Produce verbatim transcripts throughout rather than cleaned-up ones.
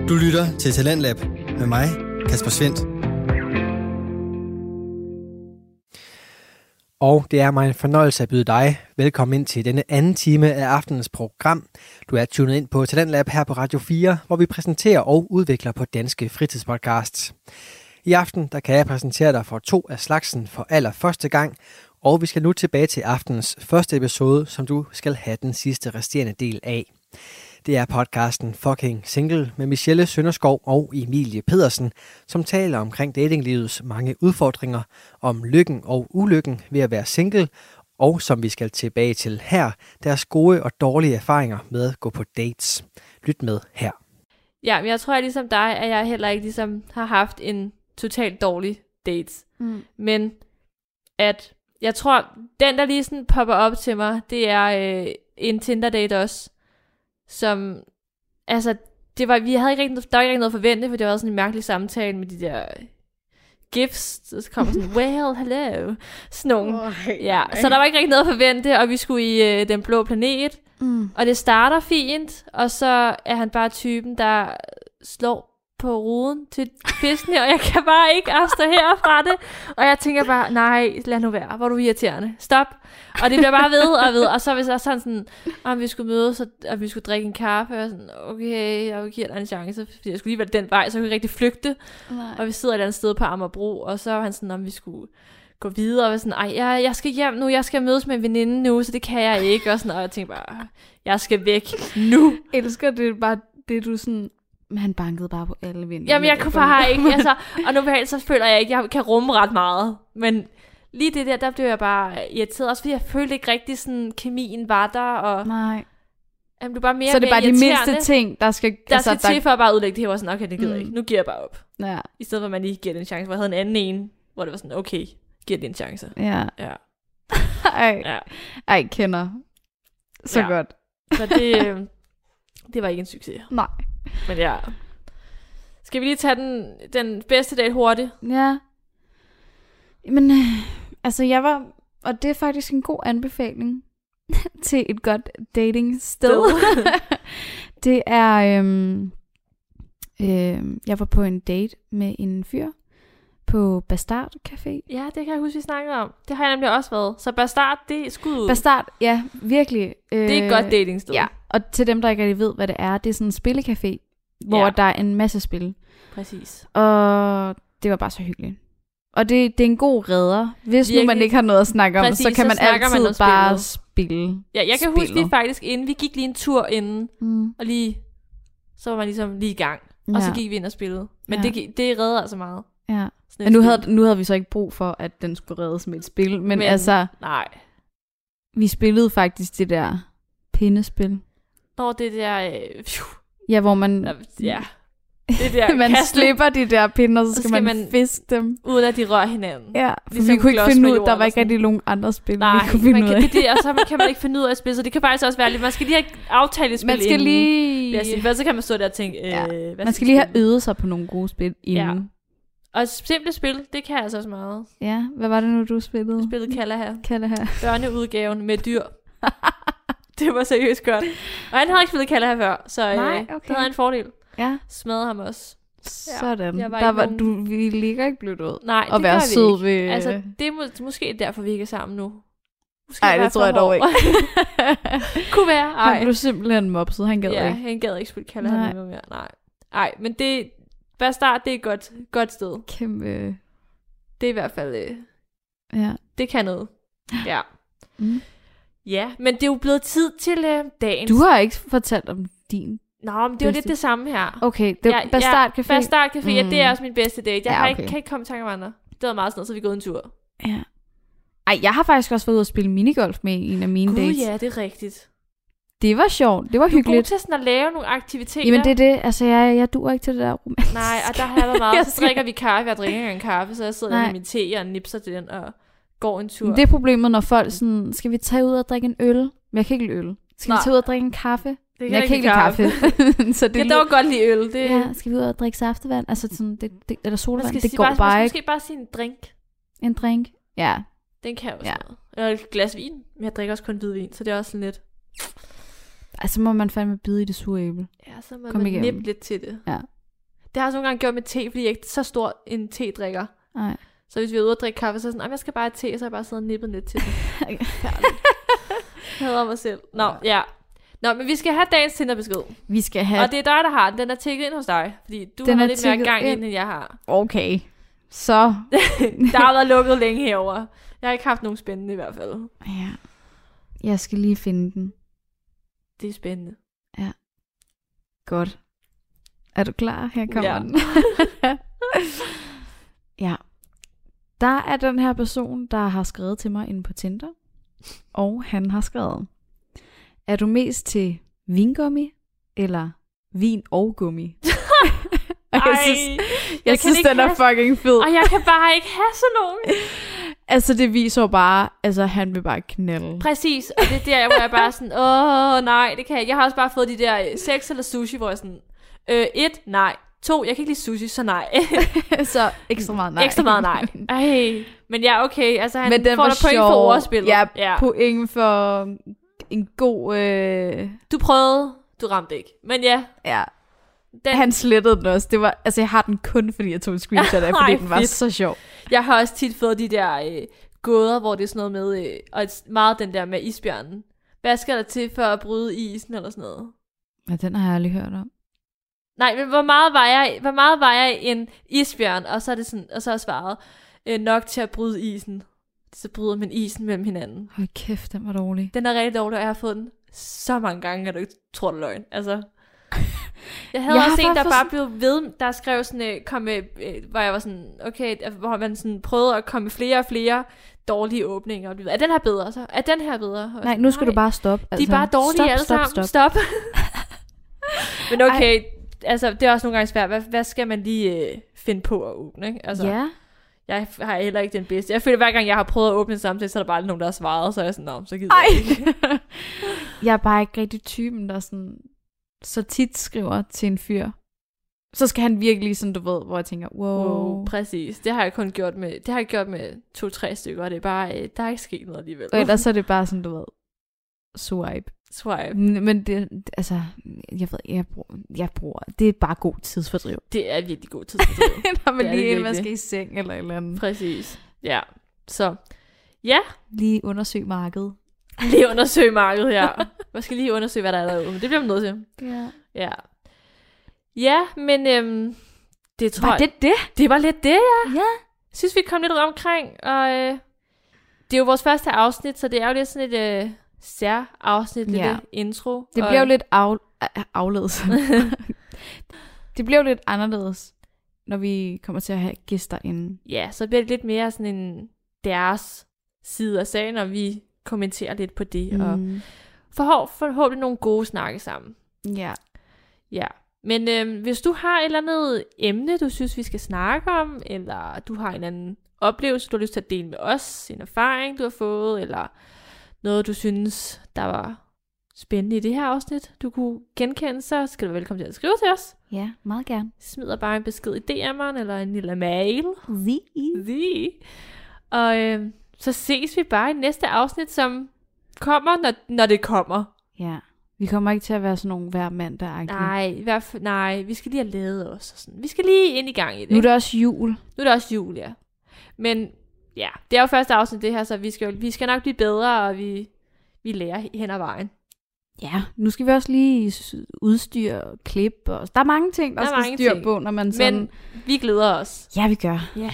Du lytter til Talentlab med mig, Kasper Svendt. Og det er mig en fornøjelse at byde dig velkommen ind til denne anden time af aftenens program. Du er tunet ind på Talentlab her på Radio fire, hvor vi præsenterer og udvikler på danske fritidspodcasts. I aften der kan jeg præsentere dig for to af slagsen for allerførste gang, og vi skal nu tilbage til aftenens første episode, som du skal have den sidste resterende del af. Det er podcasten Fucking Single med Michelle Sønderskov og Emilie Pedersen, som taler omkring datinglivets mange udfordringer, om lykken og ulykken ved at være single, og som vi skal tilbage til her, deres gode og dårlige erfaringer med at gå på dates. Lyt med her. Ja, men jeg tror, at ligesom dig, at jeg heller ikke ligesom har haft en totalt dårlig date. Mm. Men at jeg tror, den der lige sådan popper op til mig, det er øh, en Tinder-date også. Som, altså, det var, vi havde ikke rigtig, der var ikke rigtig noget at forvente, for det var sådan en mærkelig samtale med de der gifs, så kommer sådan, well, hello, sådan nogle. Oh, hey, ja, hey. Så der var ikke rigtig noget at forvente, og vi skulle i øh, Den Blå Planet, mm. og det starter fint, og så er han bare typen, der slår på ruden til fiskene, og jeg kan bare ikke abstrahere fra det, og jeg tænker bare, nej, lad nu være, hvor er du irriterende, stop, og det bliver bare ved og ved, og så hvis jeg sådan sådan, om vi skulle mødes, og vi skulle drikke en kaffe, og sådan, okay, jeg giver dig en chance, fordi jeg skulle lige være den vej, så jeg kunne ikke rigtig flygte, nej. Og vi sidder et andet sted på Amagerbro, og så var han sådan, om vi skulle gå videre, og var sådan, ej, jeg, jeg skal hjem nu, jeg skal mødes med en veninde nu, så det kan jeg ikke, og sådan, og jeg tænkte bare, jeg skal væk nu. Elsker det bare, det du sådan, men han bankede bare på alle vinduer. Jamen, jeg kunne bare ikke, altså, og nu så føler jeg ikke, jeg kan rumme ret meget, men lige det der, der blev jeg bare irriteret, også fordi jeg følte ikke rigtig sådan, kemien var der, og nej. Han blev bare mere så det er bare de mindste ting, der skal, der altså, skal til der... for at bare udlægge det her, var sådan, okay, det gider mm. ikke, nu giver jeg bare op. Ja. I stedet for, at man lige giver det en chance, hvor jeg havde en anden en, hvor det var sådan, okay, giver det en chance. Ja. Ja. Ej, ja. Ej, kender. Så ja. Godt. Så det, det var ikke en succes. Nej. Men ja. Skal vi lige tage den, den bedste date hurtigt? Ja. Men, øh, altså jeg var, og det er faktisk en god anbefaling til et godt datingsted. Det er, øhm, øh, jeg var på en date med en fyr på Bastard Café. Ja, det kan jeg huske, vi snakkede om. Det har jeg nemlig også været. Så Bastard, det er skud ud. Bastard, ja, virkelig. Øh, det er et godt datingsted. Ja, og til dem, der ikke rigtig ved, hvad det er, det er sådan en spillecafé, hvor ja. Der er en masse spil. Præcis. Og det var bare så hyggeligt. Og det, det er en god redder. Hvis virkelig. Nu man ikke har noget at snakke om, Præcis, så kan man så altid man bare spille. Ja, jeg kan spillet. huske lige faktisk, inden vi gik lige en tur inden, mm. og lige, så var man ligesom lige i gang. Og ja. Så gik vi ind og spillede. Men ja. det, det redder altså meget. Ja. Men nu havde, nu havde vi så ikke brug for, at den skulle reddes med et spil. Men, men altså, nej. Vi spillede faktisk det der pindespil. Nå, det der... Øh, ja, hvor man... Ja. Det der man kaste. slipper de der pinde, og så skal, så skal man, man fiske dem. Uden at de rører hinanden. Ja, for ligesom vi kunne ikke finde ud, der var ikke rigtig nogen andre spil, nej, vi kunne finde man ud af. Det, det, og så kan man ikke finde ud af at spille, så det kan faktisk også være lidt... Man skal lige have aftalt et spil man skal inden. Lige... Jeg sige, for så kan man stå der og tænke... Øh, ja. hvad man skal lige have øvet sig på nogle gode spil inden. Ja. Og simple spil, det kan altså også meget. Ja, hvad var det nu, du spillede? Jeg spillede Kalahar. Kalahar. Børneudgaven med dyr. Det var seriøst godt. Og han havde ikke spillet Kalahar før, så nej, øh, okay. det havde en fordel. Ja. Smadrede ham også. Sådan. Ja, var der var, nogen... Du vi ligger ikke blødt ud. Nej, og det være gør vi sød ikke. Ved... Altså, det er må- måske derfor, vi ikke er sammen nu. Nej, det tror jeg dog ikke. Kunne være. Ej. Han blev simpelthen mopset, han gad ja, ikke. han gad ikke spille Kalahar noget mere. Nej. Nej, men det... Bastard, det er et godt, godt sted. Kæmpe... Det er i hvert fald... Øh, ja. Det kan noget. Ja. Mm. Ja, men det er jo blevet tid til øh, dagens... Du har ikke fortalt om din... Nå, men det er jo lidt det samme her. Okay, det er ja, Bastard Café. Ja, Bastard Café, mm. ja, det er også min bedste date. Jeg ja, har okay. ikke, kan ikke komme i tanke om andre. Det var meget sådan noget, så vi gået en tur. Ja. Ej, jeg har faktisk også været ude at spille minigolf med en af mine Gud, dates. ja, det er rigtigt. Det var sjovt, det var du hyggeligt. Du er god til sådan at lave nogle aktiviteter. Jamen det er det, altså jeg, jeg duer ikke til det der romantisk. Nej, og der har jeg været meget, så drikker vi kaffe, jeg drikker en kaffe, så jeg sidder der med min te og nipser til den og går en tur. Det er problemet, når folk sådan, skal vi tage ud og drikke en øl? Men jeg kan ikke lide øl. Skal Nej. vi tage ud og drikke en kaffe? Det jeg kan ikke lide kaffe. kaffe. Så det jeg dog godt lide øl. Det... Ja, skal vi ud og drikke saftevand? Altså sådan, det, det, eller solvand, det går bare, bare ikke. Måske bare sige en drink. En drink, ja. Den kan jeg også ja. noget. Eller et glas vin, men jeg drikker også kun hvidvin, så det er også sådan lidt... Altså må man fandme bide i det sure æble. Ja, så må Kom man nippe lidt til det. Ja. Det har jeg så nogle gange gjort med te, fordi jeg ikke er så stor en te-drikker. Nej. Så hvis vi er ude og drikke kaffe, så er jeg sådan, jeg skal bare have te, og så har jeg bare siddet og nippet lidt til det. Jeg hader mig selv. Nå, ja. ja. Nå, men vi skal have dagens Tinder-besked. Vi skal have... Og det er dig, der har den. Den er tækket ind hos dig, fordi du den har lidt mere gang ind, ind, end jeg har. Okay. Så... Der har været lukket længe herover. Jeg har ikke haft nogen spændende i hvert fald. Ja. Jeg skal lige finde den. Det er spændende. Ja. Godt. Er du klar? Her kommer ja. den. Ja. Der er den her person, der har skrevet til mig inde på Tinder. Og han har skrevet: er du mest til vingummi eller vin og gummi? Og jeg synes, jeg jeg synes den er fucking fed. Og jeg kan bare ikke have sådan nogen. Altså det viser bare, altså han vil bare knalde. Præcis, og det er der, hvor jeg bare sådan, åh nej, det kan jeg ikke. Jeg har også bare fået de der sex eller sushi, hvor jeg sådan, øh, et, nej. To, jeg kan ikke lide sushi, så nej. Så ekstra meget nej. Ekstra meget nej. Ej, men ja, okay, altså han men den får der point for overspillet. Ja, ja, point for en god... Øh... Du prøvede, du ramte ikke. Men ja. Ja. Den... Han slettede den også. Det var, altså jeg har den kun, fordi jeg tog en screenshot af, fordi Ej, den var fedt. Så sjov. Jeg har også tit fået de der øh, gåder, hvor det er sådan noget med, øh, og meget den der med isbjørnen. Hvad skal der til for at bryde isen eller sådan noget? Ja, den har jeg aldrig hørt om. Nej, men hvor meget vejer, hvor meget vejer en isbjørn? Og så er det sådan, og så er svaret øh, nok til at bryde isen. Så bryder man isen mellem hinanden. Hold kæft, den var dårlig. Den er rigtig dårlig, og jeg har fået den så mange gange, at du ikke tror, det er løgn. Altså... Jeg havde jeg også en, der bare sådan... blev ved, der skrev sådan, øh, kom med, øh, hvor jeg var sådan, okay, hvor man sådan prøvede at komme med flere og flere dårlige åbninger. Er den her bedre? Så? Er den her bedre? Nej, nu skal nej. du bare stoppe. Altså. De er bare dårlige stop, alle stop, sammen. Stop, stop. Men okay, Ej. altså det er også nogle gange svært. Hvad, hvad skal man lige øh, finde på at åbne? Ikke? Altså, ja. Jeg har heller ikke den bedste. Jeg føler, hver gang jeg har prøvet at åbne en samtale, så er der bare nogen, der har svaret. Så er jeg sådan, nå, så gider Ej. jeg ikke. Jeg er bare ikke rigtig typen, der sådan... så tit skriver til en fyr, så skal han virkelig sådan, du ved, hvor jeg tænker, wow. wow. Præcis, det har jeg kun gjort med, det har jeg gjort med to-tre stykker, og det er bare, der er ikke sket noget alligevel. Og ellers så er det bare sådan, du ved, swipe. Swipe. Men det, altså, jeg ved, jeg bruger, jeg bruger, det er bare god tidsfordriv. Det er virkelig god tidsfordriv. Når man lige inden man skal i seng eller et eller andet. Præcis, ja. Så, ja. Lige undersøg markedet. Lige undersøge markedet, ja. Man skal lige undersøge, hvad der er derude. Det bliver man nødt til. Ja. Ja. Ja, men øhm, det tror var jeg... det det? Det var lidt det, ja. Ja. Jeg synes, vi kom lidt omkring, og øh, det er jo vores første afsnit, så det er jo lidt sådan et øh, sær-afsnit, ja. Lidt intro. Det bliver jo lidt af, af, afledes. Det bliver jo lidt anderledes, når vi kommer til at have gæster inden. Ja, så bliver det lidt mere sådan en deres side af sagen, når vi kommentere lidt på det, mm. og forhåb, forhåbentlig nogle gode snakke sammen. Ja. Ja. Men øhm, hvis du har et eller andet emne, du synes, vi skal snakke om, eller du har en anden oplevelse, du har lyst til at dele med os, en erfaring, du har fået, eller noget, du synes, der var spændende i det her afsnit, du kunne genkende, så skal du velkommen til at skrive til os. Ja, meget gerne. Smider bare en besked i D M'eren, eller en lille mail. The. The. Og øhm, så ses vi bare i næste afsnit, som kommer, når, når det kommer. Ja, vi kommer ikke til at være sådan nogle hver mandag. Nej, i hvert fald, nej, vi skal lige have lavet os. Og sådan. Vi skal lige ind i gang i det. Nu er det også jul. Nu er det også jul, ja. Men ja, det er jo første afsnit det her, så vi skal, vi skal nok blive bedre, og vi, vi lærer hen ad vejen. Ja, nu skal vi også lige udstyre og klippe. Og der er mange ting, der, der skal styre ting. På, når man sådan... Men vi glæder os. Ja, vi gør. Ja.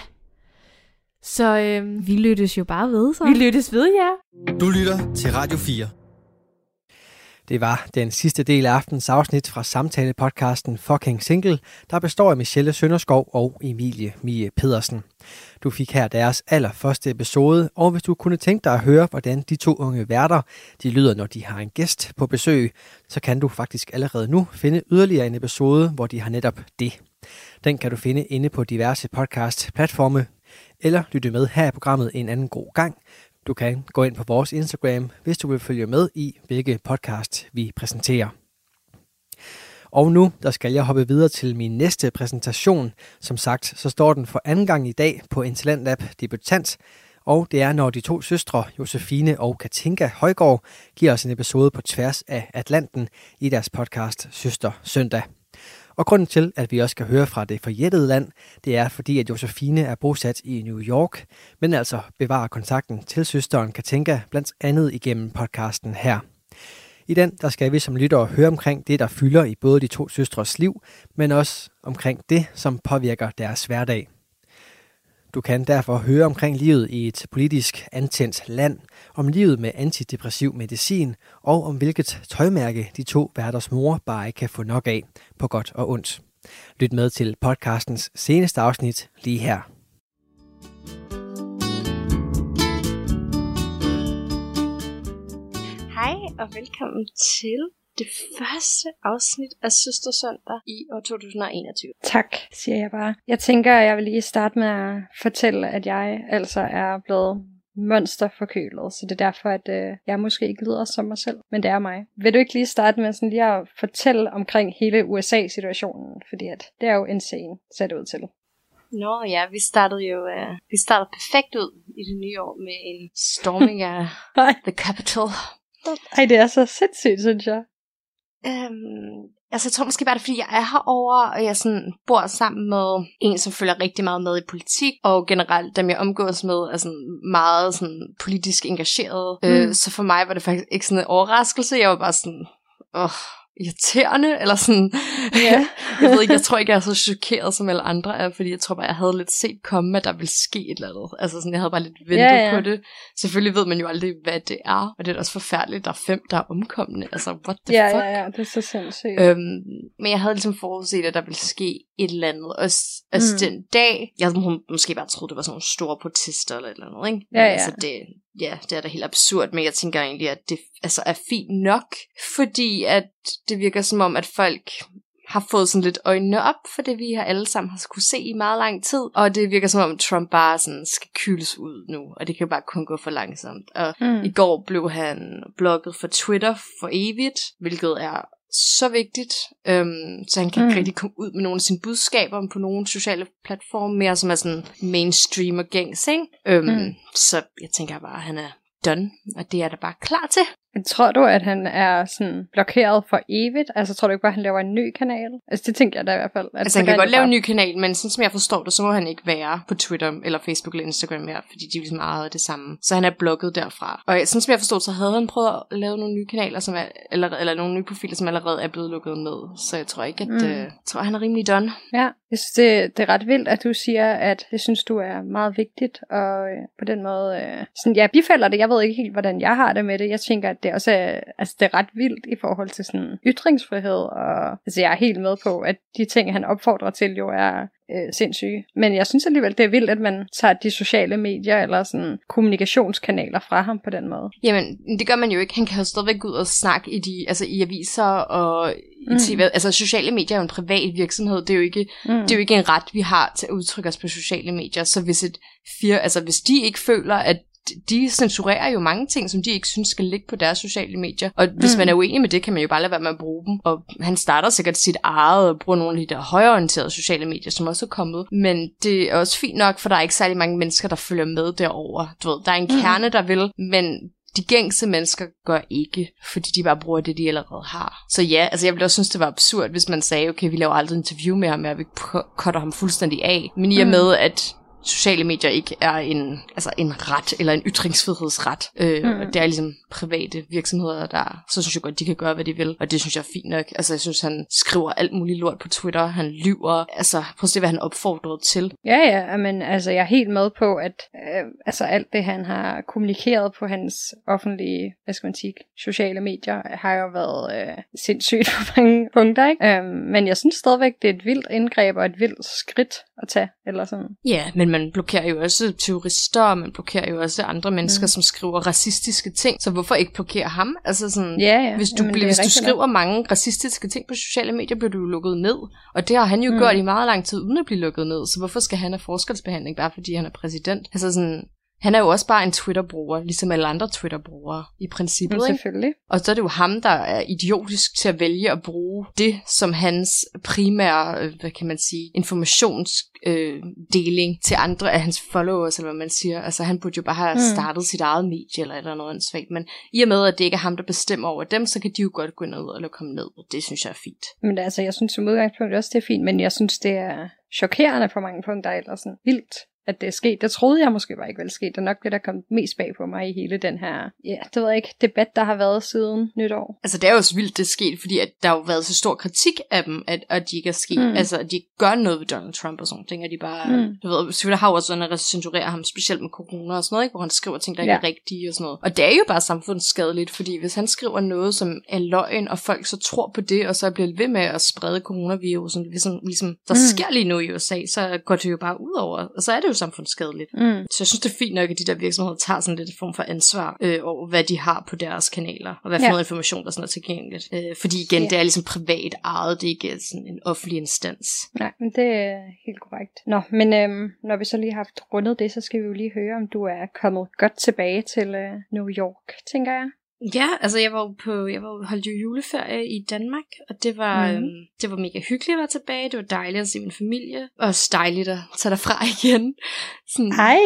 Så øhm, vi lyttes jo bare ved, så. Vi lyttes ved, ja. Du lytter til Radio fire. Det var den sidste del af aftens afsnit fra samtale-podcasten Fucking Single, der består af Michelle Sønderskov og Emilie Mie Pedersen. Du fik her deres allerførste episode, og hvis du kunne tænke dig at høre, hvordan de to unge værter de lyder, når de har en gæst på besøg, så kan du faktisk allerede nu finde yderligere en episode, hvor de har netop det. Den kan du finde inde på diverse podcast-platforme, eller lytte med her i programmet en anden god gang. Du kan gå ind på vores Instagram, hvis du vil følge med i, hvilke podcast vi præsenterer. Og nu der skal jeg hoppe videre til min næste præsentation. Som sagt, så står den for anden gang i dag på Talentlab Debutant. Og det er, når de to søstre, Josefine og Katinka Højgaard, giver os en episode på tværs af Atlanten i deres podcast Søster Søndag. Og grunden til, at vi også skal høre fra det forjættede land, det er fordi, at Josefine er bosat i New York, men altså bevarer kontakten til søsteren Katinka, blandt andet igennem podcasten her. I den der skal vi som lyttere høre omkring det, der fylder i både de to søstres liv, men også omkring det, som påvirker deres hverdag. Du kan derfor høre omkring livet i et politisk antændt land, om livet med antidepressiv medicin og om hvilket tøjmærke de to værters mor bare ikke kan få nok af, på godt og ondt. Lyt med til podcastens seneste afsnit lige her. Hej og velkommen til det første afsnit af Søstersøndag i år to tusind og enogtyve. Tak, siger jeg bare. Jeg tænker, at jeg vil lige starte med at fortælle, at jeg altså er blevet monsterforkølet, så det er derfor, at øh, jeg måske ikke lyder som mig selv, men det er mig. Vil du ikke lige starte med sådan lige at fortælle omkring hele U S A-situationen, fordi at det er jo insane, ser det ud til. Nå ja, vi startede jo uh, vi startede perfekt ud i det nye år med en storming af The Capitol. Ej, det er så sindssygt, synes jeg. Øhm, altså jeg tror måske bare det er fordi jeg er herovre og jeg sådan bor sammen med en som følger rigtig meget med i politik, og generelt dem jeg omgås med er sådan meget sådan politisk engageret, mm. øh, så for mig var det faktisk ikke sådan en overraskelse. Jeg var bare sådan åh, irriterende, eller sådan, yeah. jeg ved ikke, jeg tror ikke, jeg er så chokeret, som alle andre er, fordi jeg tror bare, jeg havde lidt set komme, at der ville ske et eller andet, altså sådan, jeg havde bare lidt ventet yeah, yeah. på det. Selvfølgelig ved man jo aldrig, hvad det er, og det er også forfærdeligt, der er fem, der er omkomne, altså, what the yeah, fuck? Ja, ja, det er så sindssygt. Øhm, men jeg havde ligesom forudset, at der ville ske et eller andet, og altså mm. den dag, jeg havde måske bare troet, det var sådan nogle store protester, eller et eller andet, ikke? Ja, ja. Altså, det, ja, det er da helt absurd, men jeg tænker egentlig, at det altså er fint nok, fordi at det virker som om, at folk har fået sådan lidt øjnene op for det, vi har alle sammen har kunne se i meget lang tid, og det virker som om, Trump bare sådan skal kyles ud nu, og det kan bare kun gå for langsomt. Og mm. i går blev han blokket for Twitter for evigt, hvilket er så vigtigt, øhm, så han kan mm. ikke rigtig komme ud med nogle af sine budskaber på nogle sociale platforme, mere som er sådan mainstream og gængs, ikke? Øhm, mm. Så jeg tænker bare, at han er done, og det er der bare klar til. Men tror du, at han er sådan blokeret for evigt? Altså tror du ikke bare, at han laver en ny kanal? Altså det tænker jeg da i hvert fald. Altså han kan godt lave en ny kanal, men sådan som jeg forstår det, så må han ikke være på Twitter, eller Facebook, eller Instagram mere, fordi de er ligesom meget det samme. Så han er blokket derfra. Og sådan som jeg forstår, så havde han prøvet at lave nogle nye kanaler, som er, eller, eller nogle nye profiler, som allerede er blevet lukket ned. Så jeg tror ikke, at mm. øh, jeg tror, han er rimelig done. Ja, jeg synes, det, det er ret vildt, at du siger, at det synes du er meget vigtigt, og øh, på den måde, øh, sådan, jeg bifalder det. Jeg ved ikke helt, hvordan jeg har det med det. Jeg tænker, at det også er, altså, det er ret vildt i forhold til sådan ytringsfrihed, og altså, jeg er helt med på, at de ting, han opfordrer til, jo er øh, sindssyge. Men jeg synes alligevel, det er vildt, at man tager de sociale medier eller sådan kommunikationskanaler fra ham på den måde. Jamen, det gør man jo ikke. Han kan jo stadigvæk gå ud og snakke i, de, altså, i aviser og i T V. Mm. Altså, sociale medier er jo en privat virksomhed. Det er jo ikke, mm. det er jo ikke en ret, vi har til at udtrykke os på sociale medier. Så hvis, et fire, altså, hvis de ikke føler, at de censurerer jo mange ting, som de ikke synes skal ligge på deres sociale medier. Og hvis mm. man er uenig med det, kan man jo bare lade være med at bruge dem. Og han starter sikkert sit eget og bruger nogle af de der højreorienterede sociale medier, som også er kommet. Men det er også fint nok, for der er ikke særlig mange mennesker, der følger med derover. Du ved, der er en mm. kerne, der vil, men de gængse mennesker gør ikke, fordi de bare bruger det, de allerede har. Så ja, altså jeg ville også synes, det var absurd, hvis man sagde, okay, vi laver aldrig interview med ham, og vi cutter ham fuldstændig af. Men i og med, at sociale medier ikke er en, altså en ret, eller en ytringsfrihedsret. Øh, mm. Og det er ligesom private virksomheder, der, så synes jeg godt, de kan gøre, hvad de vil. Og det synes jeg er fint nok. Altså jeg synes, han skriver alt muligt lort på Twitter. Han lyver. Altså prøv at se, hvad han opfordrede til. Ja, ja, men altså jeg er helt med på, at øh, altså alt det, han har kommunikeret på hans offentlige, hvad skal man sige, sociale medier, har jo været øh, sindssygt på mange punkter, ikke? Øh, men jeg synes stadigvæk, det er et vildt indgreb og et vildt skridt at tage, eller sådan. Ja, men man blokerer jo også terrorister, og man blokerer jo også andre mennesker, mm. som skriver racistiske ting, så hvorfor ikke blokere ham? Altså sådan, ja, ja. hvis du, Jamen, hvis du skriver nok. mange racistiske ting på sociale medier, bliver du lukket ned, og det har han jo mm. gjort i meget lang tid, uden at blive lukket ned, så hvorfor skal han have forskelsbehandling, bare fordi han er præsident? Altså sådan, han er jo også bare en Twitter-bruger, ligesom alle andre Twitter-brugere i princippet. Ja, selvfølgelig. Ikke? Og så er det jo ham, der er idiotisk til at vælge at bruge det som hans primære, hvad kan man sige, informationsdeling øh, til andre af hans followers, eller hvad man siger. Altså han burde jo bare have startet mm. sit eget medie, eller, eller noget ansvagt. Men i og med, at det ikke er ham, der bestemmer over dem, så kan de jo godt gå ned eller komme ned, og det synes jeg er fint. Men altså, jeg synes som udgangspunkt også, det er fint, men jeg synes, det er chokerende på mange punkter, eller sådan vildt, at det er sket. Det troede jeg måske bare ikke ville ske. Det er nok det, der kom mest bag på mig i hele den her, ja, det ved jeg ikke, debat, der har været siden nytår. Altså, det er jo så vildt, det er sket, fordi at der har jo været så stor kritik af dem, at, at de ikke er sket. Mm. Altså, at de gør noget ved Donald Trump og sådan ting, at de bare, mm. du ved, selvfølgelig har jo også sådan, at censurere ham, specielt med corona og sådan noget, ikke? Hvor han skriver ting, der ikke ja. er rigtige og sådan noget. Og det er jo bare samfundsskadeligt, fordi hvis han skriver noget, som er løgn, og folk så tror på det, og så bliver ved med at sprede coronavirusen, ligesom, ligesom der mm. sker lige nu i U S A, så går det jo bare ud over, og så er det jo samfundsskadeligt. Mm. Så jeg synes, det er fint nok, at de der virksomheder tager sådan lidt form for ansvar øh, over, hvad de har på deres kanaler, og hvad for ja. noget information, der sådan er tilgængeligt. Øh, fordi igen, ja. det er ligesom privat ejet, det er ikke sådan en offentlig instans. Nej, men det er helt korrekt. Nå, men øhm, når vi så lige har haft rundet det, så skal vi jo lige høre, om du er kommet godt tilbage til øh, New York, tænker jeg. Ja, altså jeg var jo på, jeg var jo holdt jo juleferie i Danmark, og det var, mm. øhm, det var mega hyggeligt at være tilbage. Det var dejligt at se min familie, og også dejligt at tage derfra igen. Sådan, ej,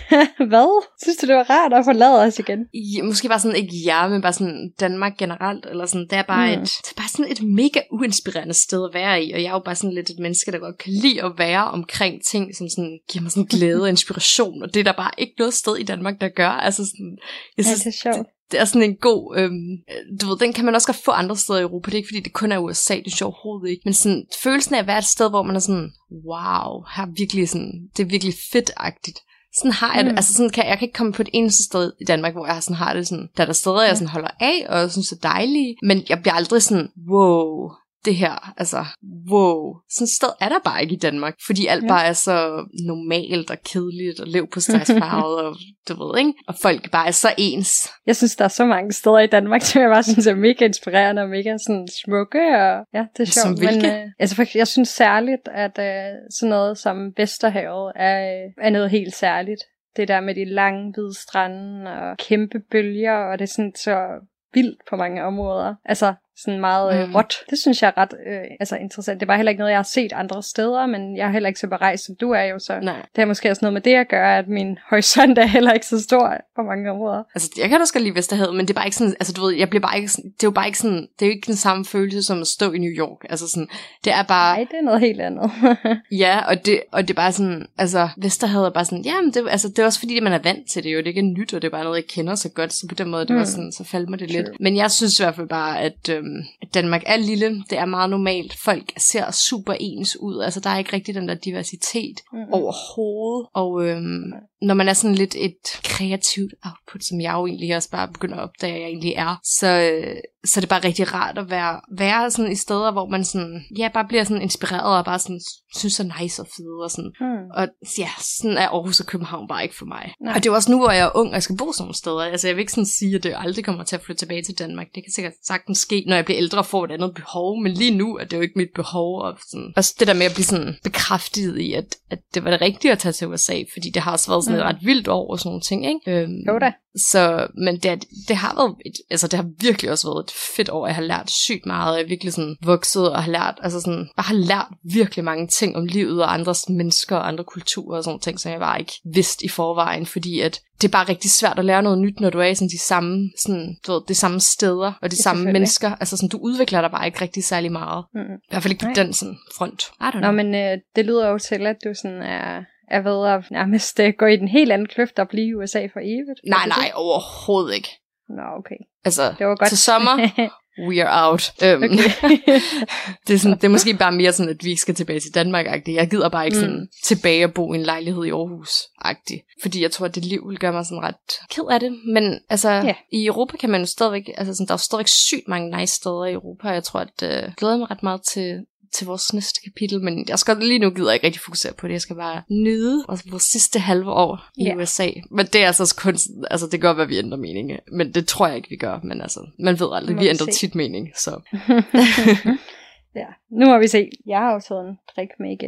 hvad? Synes du, det var rart at forlade os igen? Ja, måske bare sådan, ikke ja, men bare sådan Danmark generelt, eller sådan, det er bare, mm. et, det er bare sådan et mega uinspirerende sted at være i, og jeg er jo bare sådan lidt et menneske, der godt kan lide at være omkring ting, som sådan giver mig sådan glæde og inspiration, og det er der bare ikke noget sted i Danmark, der gør. Altså sådan, jeg synes, ja, det er sjovt. Det er sådan en god, øhm, du ved, den kan man også godt få andre steder i Europa. Det er ikke fordi, det kun er U S A, det er sjovt overhovedet ikke. Men sådan, følelsen af at være et sted, hvor man er sådan, wow, her er virkelig sådan, det er virkelig fedt-agtigt. Sådan har jeg det, mm. altså sådan kan jeg kan ikke komme på et eneste sted i Danmark, hvor jeg sådan har det sådan, der er der steder, jeg sådan holder af, og jeg synes er dejlige, men jeg bliver aldrig sådan, wow, det her, altså, wow, sådan et sted er der bare ikke i Danmark, fordi alt ja. bare er så normalt og kedeligt, og lev på stegsfarvet, og du ved, ikke? Og folk bare er så ens. Jeg synes, der er så mange steder i Danmark, som jeg bare synes er mega inspirerende, og mega sådan smukke, og ja, det er sjovt. Som hvilke? Men, øh, altså, jeg synes særligt, at øh, sådan noget som Vesterhavet er, øh, er noget helt særligt. Det der med de lange, hvide strande, og kæmpe bølger, og det er sådan så vildt på mange områder. Altså, sådan meget øh, råt. Det synes jeg er ret øh, altså interessant. Det er bare heller ikke noget, jeg har set andre steder, men jeg er heller ikke så berejst, som du er jo, så Nej. det er måske også noget med det at gøre, at min horisont er heller ikke så stor på mange områder. Altså, jeg kan også godt lide Vesterhavet, men det er bare ikke sådan, altså du ved, jeg bliver bare ikke sådan, det er jo bare ikke sådan, det er jo ikke den samme følelse som at stå i New York. Altså sådan, det er bare... Nej, det er noget helt andet. ja, og det, og det er bare sådan, altså, Vesterhavet er bare sådan, jamen, det, altså, det er også fordi, man er vant til det jo, det er ikke nyt, og det er bare noget, jeg kender så godt, så på den måde, det var sådan, så faldt mig det lidt. Men jeg synes i hvert fald bare, at, øhm, at Danmark er lille, det er meget normalt, folk ser super ens ud, altså der er ikke rigtig den der diversitet mm-hmm. overhovedet, og øhm, når man er sådan lidt et kreativt output, som jeg jo egentlig også bare begynder at opdage, at jeg egentlig er, så, øh, så er det bare rigtig rart at være, være sådan i steder, hvor man sådan, ja, bare bliver sådan inspireret, og bare sådan synes er nice og fede, og sådan, mm. og ja, sådan er Aarhus og København bare ikke for mig. Nej. Og det er også nu, hvor jeg er ung, og jeg skal bo sådan nogle steder, altså jeg vil ikke sådan sige, at det aldrig kommer til at flytte tilbage til Danmark, det kan sikkert sagtens ske, når jeg bliver ældre og får et andet behov, men lige nu er det jo ikke mit behov, og sådan, også det der med at blive sådan bekræftet i, at, at det var det rigtige at tage til U S A, fordi det har også været sådan mm. et ret vildt år og sådan nogle ting, ikke? Øhm, jo da. Så, men det, det har været et, altså det har virkelig også været et fedt år. Jeg har lært sygt meget, jeg har virkelig sådan vokset og har lært, altså sådan, jeg har lært virkelig mange ting om livet og andres mennesker og andre kulturer og sådan ting, som jeg bare ikke vidste i forvejen, fordi at det er bare rigtig svært at lære noget nyt, når du er i sådan de samme, sådan, du ved, de samme steder og de samme mennesker. Altså sådan, du udvikler dig bare ikke rigtig særlig meget. Mm. I hvert fald ikke på Nej. den sådan front. I don't know. Nå, men øh, det lyder jo til, at du sådan er... er ved at nærmest uh, gå i den helt anden kløft og blive i U S A for evigt. Nej, nej, det? overhovedet ikke. Nå, okay. Altså, det var godt. Til sommer, we are out. Um, okay. det, er sådan, det er måske bare mere sådan, at vi skal tilbage til Danmark-agtigt. Jeg gider bare ikke mm. sådan tilbage og bo i en lejlighed i Aarhus-agtigt. Fordi jeg tror, at det liv vil gøre mig sådan ret ked af det. Men altså, yeah. i Europa kan man jo stadigvæk, altså sådan, der er jo stadigvæk sygt mange nice steder i Europa, og jeg tror, at jeg uh, glæder mig ret meget til... til vores næste kapitel, men jeg skal lige nu gider jeg ikke rigtig fokusere på det. Jeg skal bare nyde vores sidste halve år i yeah. U S A. Men det er altså kun, altså det gør, hvad vi ændrer mening. Men det tror jeg ikke, vi gør. Men altså, man ved aldrig, vi ændrer tit mening, så. ja, nu må vi se. Jeg har jo taget en drik med igen.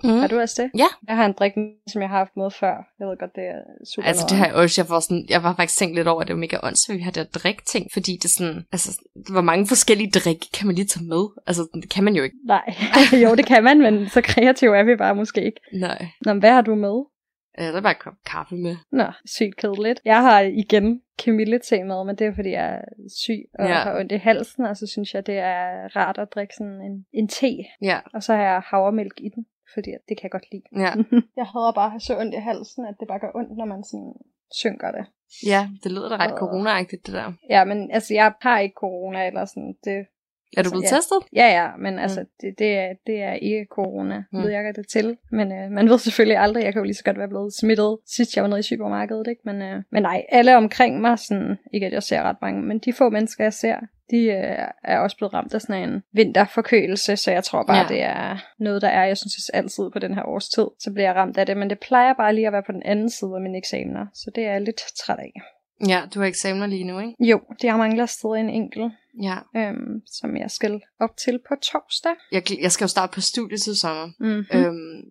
Mm. Har du også det? Ja. Jeg har en drik, som jeg har haft med før. Jeg ved godt, det er super. Altså det har jeg også, jeg var, sådan, jeg var faktisk tænkt lidt over, at det var mega åndssvagt, vi har der drik-ting, fordi det er sådan, altså, hvor mange forskellige drik kan man lige tage med? Altså, det kan man jo ikke. Nej, jo det kan man, men så kreativ er vi bare måske ikke. Nej. Nå, hvad har du med? Ja, der er bare en kop kaffe med. Nå, sygt kedeligt. Jeg har igen kamillete med, men det er fordi, jeg er syg og ja. har ondt i halsen, og så synes jeg, det er rart at drikke sådan en, en te. Ja. Og så har jeg havremælk i den, fordi det kan jeg godt lide. Ja. Jeg hader bare at have så ondt i halsen, at det bare gør ondt, når man sådan synker det. Ja, det lyder da ret og... corona-agtigt, det der. Ja, men altså, jeg har ikke corona, eller sådan, det... Er du blevet ja. testet? Ja, ja, men altså, mm. det, det, er, det er ikke corona, mm. virker det til. Men øh, man ved selvfølgelig aldrig, jeg kan jo lige så godt være blevet smittet, sidst jeg var nede i supermarkedet, ikke? Men, øh, men nej, alle omkring mig, sådan, ikke at jeg ser ret mange, men de få mennesker, jeg ser, de øh, er også blevet ramt af sådan en vinterforkølelse, så jeg tror bare, ja. det er noget, der er, jeg synes altid på den her årstid, så bliver jeg ramt af det, men det plejer bare lige at være på den anden side af mine eksamener, så det er jeg lidt træt af. Ja, du har eksamener lige nu, ikke? Jo, det har mangler stadig en enkelt. Ja. Øhm, som jeg skal op til på torsdag. Jeg, jeg skal jo starte på studiet til sommer. Mm-hmm. Øhm,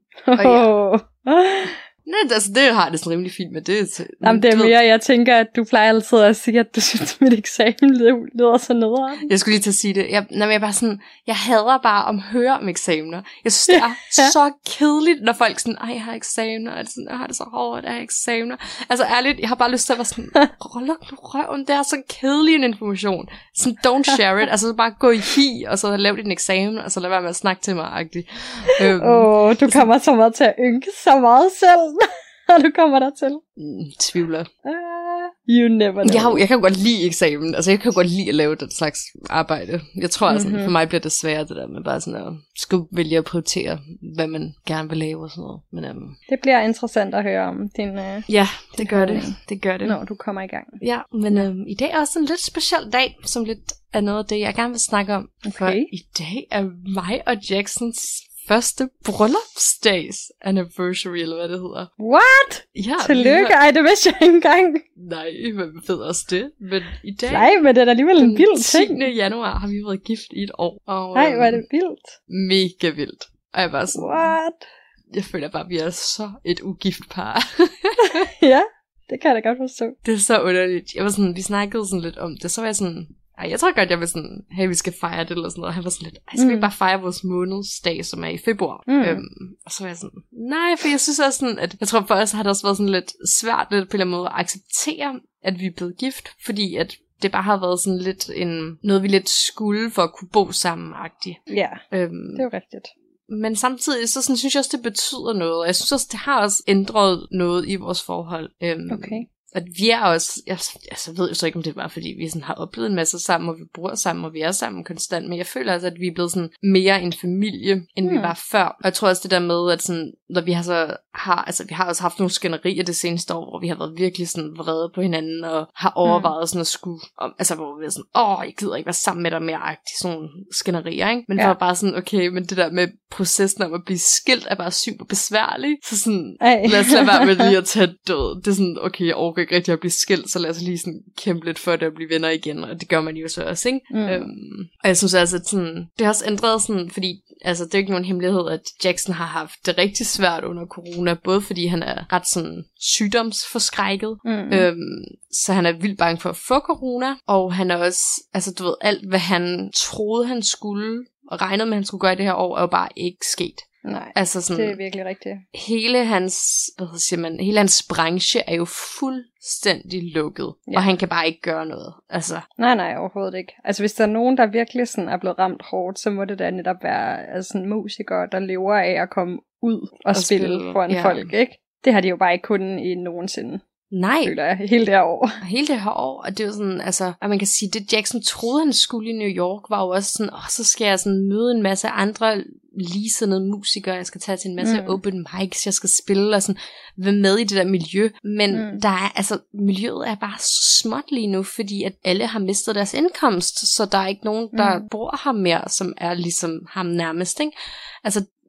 og ja. Nej, altså det har det sådan rimelig fint med det. Til, Jamen det er mere, jeg tænker, at du plejer altid at sige, at du synes, mit eksamen lyder så nederen. Jeg skulle lige til at sige det. Jeg, nej, jeg er bare sådan, jeg hader bare om høre om eksamener. Jeg synes, det er ja. så kedeligt, når folk sådan, ej, jeg har eksamener, og sådan, jeg har det så hårdt, jeg har eksamener. Altså ærligt, jeg har bare lyst til at være sådan, roller nu røven, det er så kedelig en information. Sådan, don't share it. Altså bare gå i hi, og så lave din eksamen, og så lad være med at snakke til mig-agtigt. Åh, øhm, oh, du kommer så meget til at ynke så meget selv. Og du kommer der til. Mm, tvivler. Uh, you never know. Jeg, har, jeg kan jo godt lide eksamen. Altså, jeg kan jo godt lide at lave den slags arbejde. Jeg tror, altså, mm-hmm. for mig bliver det svært, det der med bare sådan at skulle vælge at prioritere, hvad man gerne vil lave og sådan noget. Men, um... det bliver interessant at høre om din uh, ja, det din gør det. Det gør det. Når du kommer i gang. Ja, men um, i dag er også en lidt speciel dag, som lidt er noget af det, jeg gerne vil snakke om. Okay. For i dag er mig og Jacksons første bryllupsdags anniversary, eller hvad det hedder. What? Ja. Tillykke, ej, det vidste jeg ikke engang. Nej, hvem ved også det? Men i dag... Nej, men det er alligevel en vild ting. Den tiende januar har vi været gift i et år. Og, nej, hvor er det vildt. Mega vildt. Og jeg var sådan... What? Jeg føler bare, at vi er så et ugift par. Ja, det kan jeg da godt forstå. Det er så underligt. Jeg var sådan, vi snakkede sådan lidt om det, så var jeg sådan... Ej, jeg tror godt, jeg vil sådan, hey, vi skal fejre det, eller sådan noget. Han var sådan lidt, ej, skal vi mm. bare fejre vores månedsdag, som er i februar? Mm. Øhm, og så var jeg sådan, nej, for jeg synes også sådan, at jeg tror for os har det også været sådan lidt svært, lidt på en eller anden måde, at acceptere, at vi er blevet gift, fordi at det bare har været sådan lidt en, noget vi lidt skulle for at kunne bo sammen-agtigt. Ja, øhm, det er jo rigtigt. Men samtidig, så sådan, synes jeg også, det betyder noget. Jeg synes også, det har også ændret noget i vores forhold. Øhm, okay. At vi er også, jeg altså, ved jo så ikke, om det var, fordi vi sådan har oplevet en masse sammen, og vi bor sammen, og vi er sammen konstant, men jeg føler altså, at vi er blevet sådan mere en familie, end mm. vi var før. Og jeg tror også det der med, at sådan, når vi har så har, altså vi har også haft nogle skænderier det seneste år, hvor vi har været virkelig sådan vrede på hinanden, og har overvejet mm. sådan at skulle, altså hvor vi er sådan, åh, jeg gider ikke være sammen med dig mere-agtigt, sådan nogle skænderier, ikke? Men ja. For bare sådan, okay, men det der med processen om at blive skilt, er bare super besværlig, så sådan, Ej. lad os lade være med lige at tage død. Det er sådan, okay, jeg overgår ikke rigtig at blive skilt, så lad os lige sådan kæmpe lidt for det at blive venner igen, og det gør man jo så også, ikke? Mm. Øhm, og jeg synes altså, at sådan, det har også ændret sådan, fordi altså, det er ikke nogen hemmelighed, at Jackson har haft det rigtig svært under corona, både fordi han er ret sådan sygdomsforskrækket, mm. øhm, så han er vildt bange for at få corona, og han er også, altså du ved, alt hvad han troede, han skulle, og regnede med, han skulle gøre det her år, er jo bare ikke sket. Nej, altså sådan, det er virkelig rigtigt. Hele hans, hvad siger man, hele hans branche er jo fuldstændig lukket, ja. Og han kan bare ikke gøre noget. Altså. Nej, nej, overhovedet ikke. Altså hvis der er nogen, der virkelig sådan er blevet ramt hårdt, så må det da netop være altså, sådan musikere, der lever af at komme ud og, og spille, spille foran ja. Folk, ikke? Det har de jo bare ikke kunnet i nogensinde. Nej. Føler jeg, hele det her år. Hele det her år, og det er jo sådan, altså, at man kan sige, det Jackson troede, han skulle i New York, var jo også sådan, åh, så skal jeg sådan møde en masse andre ligesindede musikere, jeg skal tage til en masse mm. open mics, jeg skal spille og sådan, være med i det der miljø, men mm. der er, altså, miljøet er bare så småt lige nu, fordi at alle har mistet deres indkomst, så der er ikke nogen, der mm. bor her mere, som er ligesom ham nærmest, ikke? Altså,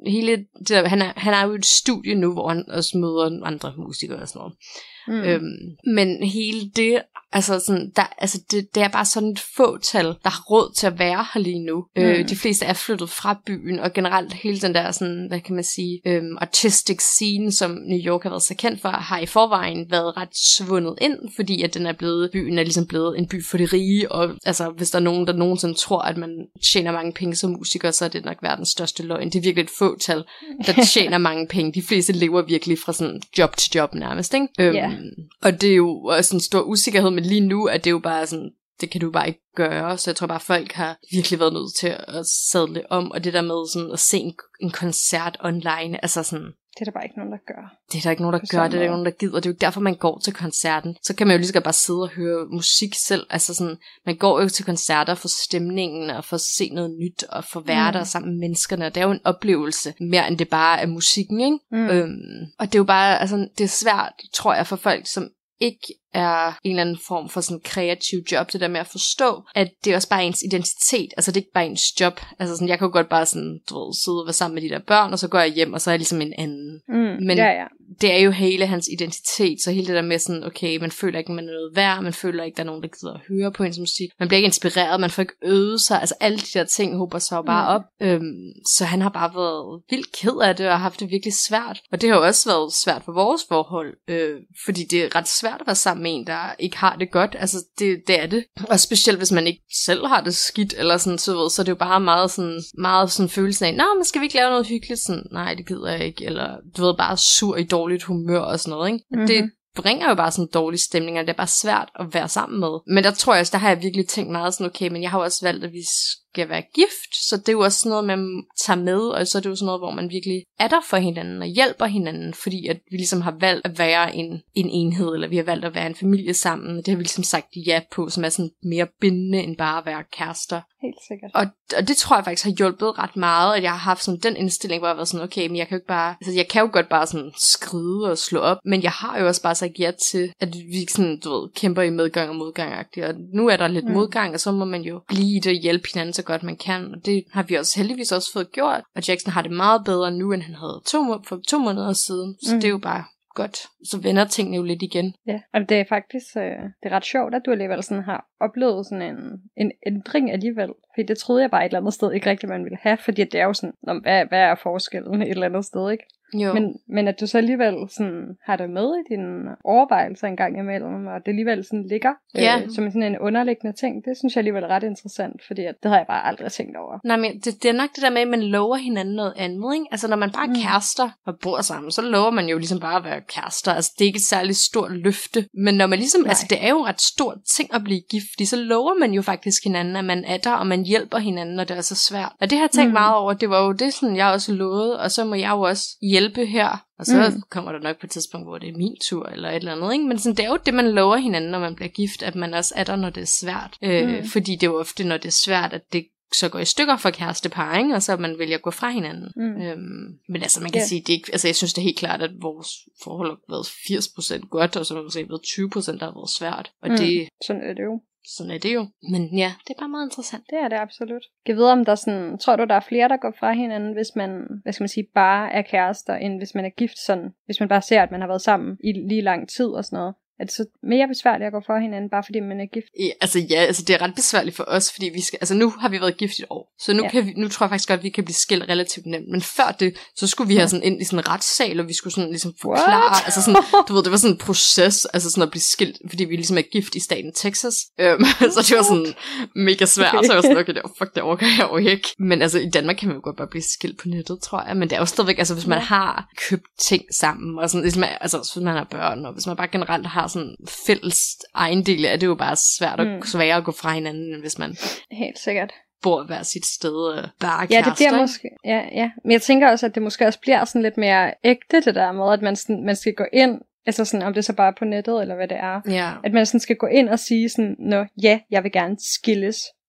hele det der, han, er, han er jo i et studie nu, hvor han også møder andre musikere og sådan noget. Mm. Øhm, men hele det, altså, sådan, der, altså det, det er bare sådan et fåtal, der har råd til at være her lige nu. Mm. Øh, de fleste er flyttet fra byen, og generelt hele den der, sådan, hvad kan man sige, øhm, artistic scene, som New York har været så kendt for, har i forvejen været ret svundet ind, fordi at den er blevet, byen er ligesom blevet en by for de rige, og altså, hvis der er nogen, der nogensinde tror, at man tjener mange penge som musiker, så er det nok verdens største løgn. Det er virkelig et fåtal, der tjener mange penge. De fleste lever virkelig fra sådan job til job nærmest, ikke? Øhm, yeah. Og det er jo også en stor usikkerhed, men lige nu er det jo bare sådan, det kan du bare ikke gøre, så jeg tror bare, folk har virkelig været nødt til at sadle om, og det der med sådan at se en, en koncert online, altså sådan... Det er der bare ikke nogen, der gør. Det er der ikke nogen, der gør, det er der ikke nogen, der gider, det er jo derfor, man går til koncerten. Så kan man jo lige så godt bare sidde og høre musik selv, altså sådan, man går jo til koncerter for stemningen, og for at se noget nyt, og for at være mm. der sammen med menneskerne, og det er jo en oplevelse, mere end det bare er musikken, ikke? Mm. Øhm, og det er jo bare, altså, det er svært, tror jeg, for folk, som ikke er en eller anden form for sådan kreativ job, det der med at forstå, at det er også bare ens identitet, altså det er ikke bare ens job, altså sådan, jeg kan jo godt bare sådan, du ved, sidde og være sammen med de der børn, og så går jeg hjem, og så er jeg ligesom en anden, mm, men ja, ja. det er jo hele hans identitet, så hele det der med sådan, okay, man føler ikke, man er noget værd, man føler ikke, der er nogen, der gider at høre på ens musik, man bliver ikke inspireret, man får ikke øvet sig, altså alle de der ting håber sig jo bare mm. op, øhm, så han har bare været vildt ked af det, og haft det virkelig svært, og det har jo også været svært for vores forhold, øh, fordi det er ret svært at være sammen med en, der ikke har det godt, altså det, det er det, og specielt hvis man ikke selv har det skidt, eller sådan, så, ved, så er det jo bare meget sådan, meget sådan følelsen af, nå, men skal vi ikke lave noget hyggeligt, sådan, nej, det gider jeg ikke, eller du ved, bare sur i dårligt humør og sådan noget, ikke? Mm-hmm. Det bringer jo bare sådan dårlige stemninger, det er bare svært at være sammen med, men der tror jeg også, der har jeg virkelig tænkt meget sådan, okay, men jeg har jo også valgt, at vi skal være gift, så det er jo også sådan noget, man tager med, og så er det jo sådan noget, hvor man virkelig er der for hinanden og hjælper hinanden, fordi at vi ligesom har valgt at være en, en enhed, eller vi har valgt at være en familie sammen, det har vi ligesom sagt ja på, som er sådan mere bindende end bare at være kærester. Helt sikkert. Og, og det tror jeg faktisk har hjulpet ret meget, at jeg har haft sådan den indstilling, hvor jeg har været sådan, okay, men jeg kan jo ikke bare, altså jeg kan jo godt bare sådan skride og slå op, men jeg har jo også bare sagt ja til, at vi sådan, du ved, kæmper i medgang og modgang-agtigt, og nu er der lidt mm. modgang, og så må man jo blive i det og hjælpe hinanden så godt man kan, og det har vi også heldigvis også fået gjort, og Jackson har det meget bedre nu, end han havde to, for to måneder siden, så mm. det er jo bare godt, så vender tingene jo lidt igen. Ja, og det er faktisk øh, det er ret sjovt, at du alligevel sådan har oplevet sådan en, en ændring alligevel, fordi det troede jeg bare et eller andet sted ikke rigtigt, man ville have, fordi det er jo sådan, hvad, hvad er forskellen et eller andet sted, ikke? Jo. Men, men at du så alligevel sådan, har det med i dine overvejelser en gang imellem, og det alligevel sådan ligger ja. øh, som sådan en underliggende ting, det synes jeg alligevel er ret interessant, fordi at, det har jeg bare aldrig tænkt over. Nej, men det, det er nok det der med, at man lover hinanden noget andet, ikke? Altså når man bare er kærester og bor sammen, så lover man jo ligesom bare at være kærester, altså det er ikke et særligt stort løfte, men når man ligesom, Nej. altså det er jo en ret stor ting at blive gift, så lover man jo faktisk hinanden, at man er der, og man hjælper hinanden, når det er så svært. Og det har jeg tænkt mm. meget over, det var jo det, sådan jeg også lovede, og så må jeg jo også hjælpe her, og så mm. kommer der nok på et tidspunkt, hvor det er min tur, eller et eller andet, ikke? Men sådan, det er jo det, man lover hinanden, når man bliver gift, at man også er der, når det er svært. Øh, mm. Fordi det er jo ofte, når det er svært, at det så går i stykker for kærestepar, ikke? Og så man vælger at gå fra hinanden. Mm. Øhm, men altså, man kan yeah. sige, det er ikke, altså jeg synes det er helt klart, at vores forhold har været firs procent godt, og så har det været tyve procent, der har været svært. Og mm. det... Sådan er det jo. Sådan er det jo. Men ja, det er bare meget interessant. Det er det absolut. Jeg ved, om der er sådan, tror du, der er flere, der går fra hinanden, hvis man, hvad skal man sige, bare er kærester, end hvis man er gift sådan, hvis man bare ser, at man har været sammen i lige lang tid og sådan noget. Er det så mere besværligt at gå fra hinanden, bare fordi man er gift? Ja, altså ja, altså det er ret besværligt for os, fordi vi skal, altså nu har vi været gift i et år, så nu, ja. kan vi, nu tror jeg faktisk godt, at vi kan blive skilt relativt nemt, men før det, så skulle vi have sådan ind i sådan en retssal, og vi skulle sådan ligesom forklare, What? altså sådan, du ved, det var sådan en proces, altså sådan at blive skilt, fordi vi ligesom er gift i staten Texas, øhm, så det var sådan mega svært, okay. så jeg var sådan, okay, det var, fuck, det overgår jeg jo ikke. Men altså i Danmark kan man jo godt bare blive skilt på nettet, tror jeg, men det er jo stadigvæk, altså hvis man ja. har købt ting sammen, og sådan, ligesom, altså hvis man har børn, og hvis man bare generelt har sådan fælles ejendele, er det jo bare svært at, mm. sværere at gå fra hinanden, end hvis man helt sikkert bor hver sit sted og bare ja, det bliver måske, ja, ja. Men jeg tænker også, at det måske også bliver sådan lidt mere ægte, det der med, at man, sådan, man skal gå ind, altså sådan, om det så bare er på nettet, eller hvad det er, ja. at man sådan skal gå ind og sige sådan, nå, ja, jeg vil gerne skilles.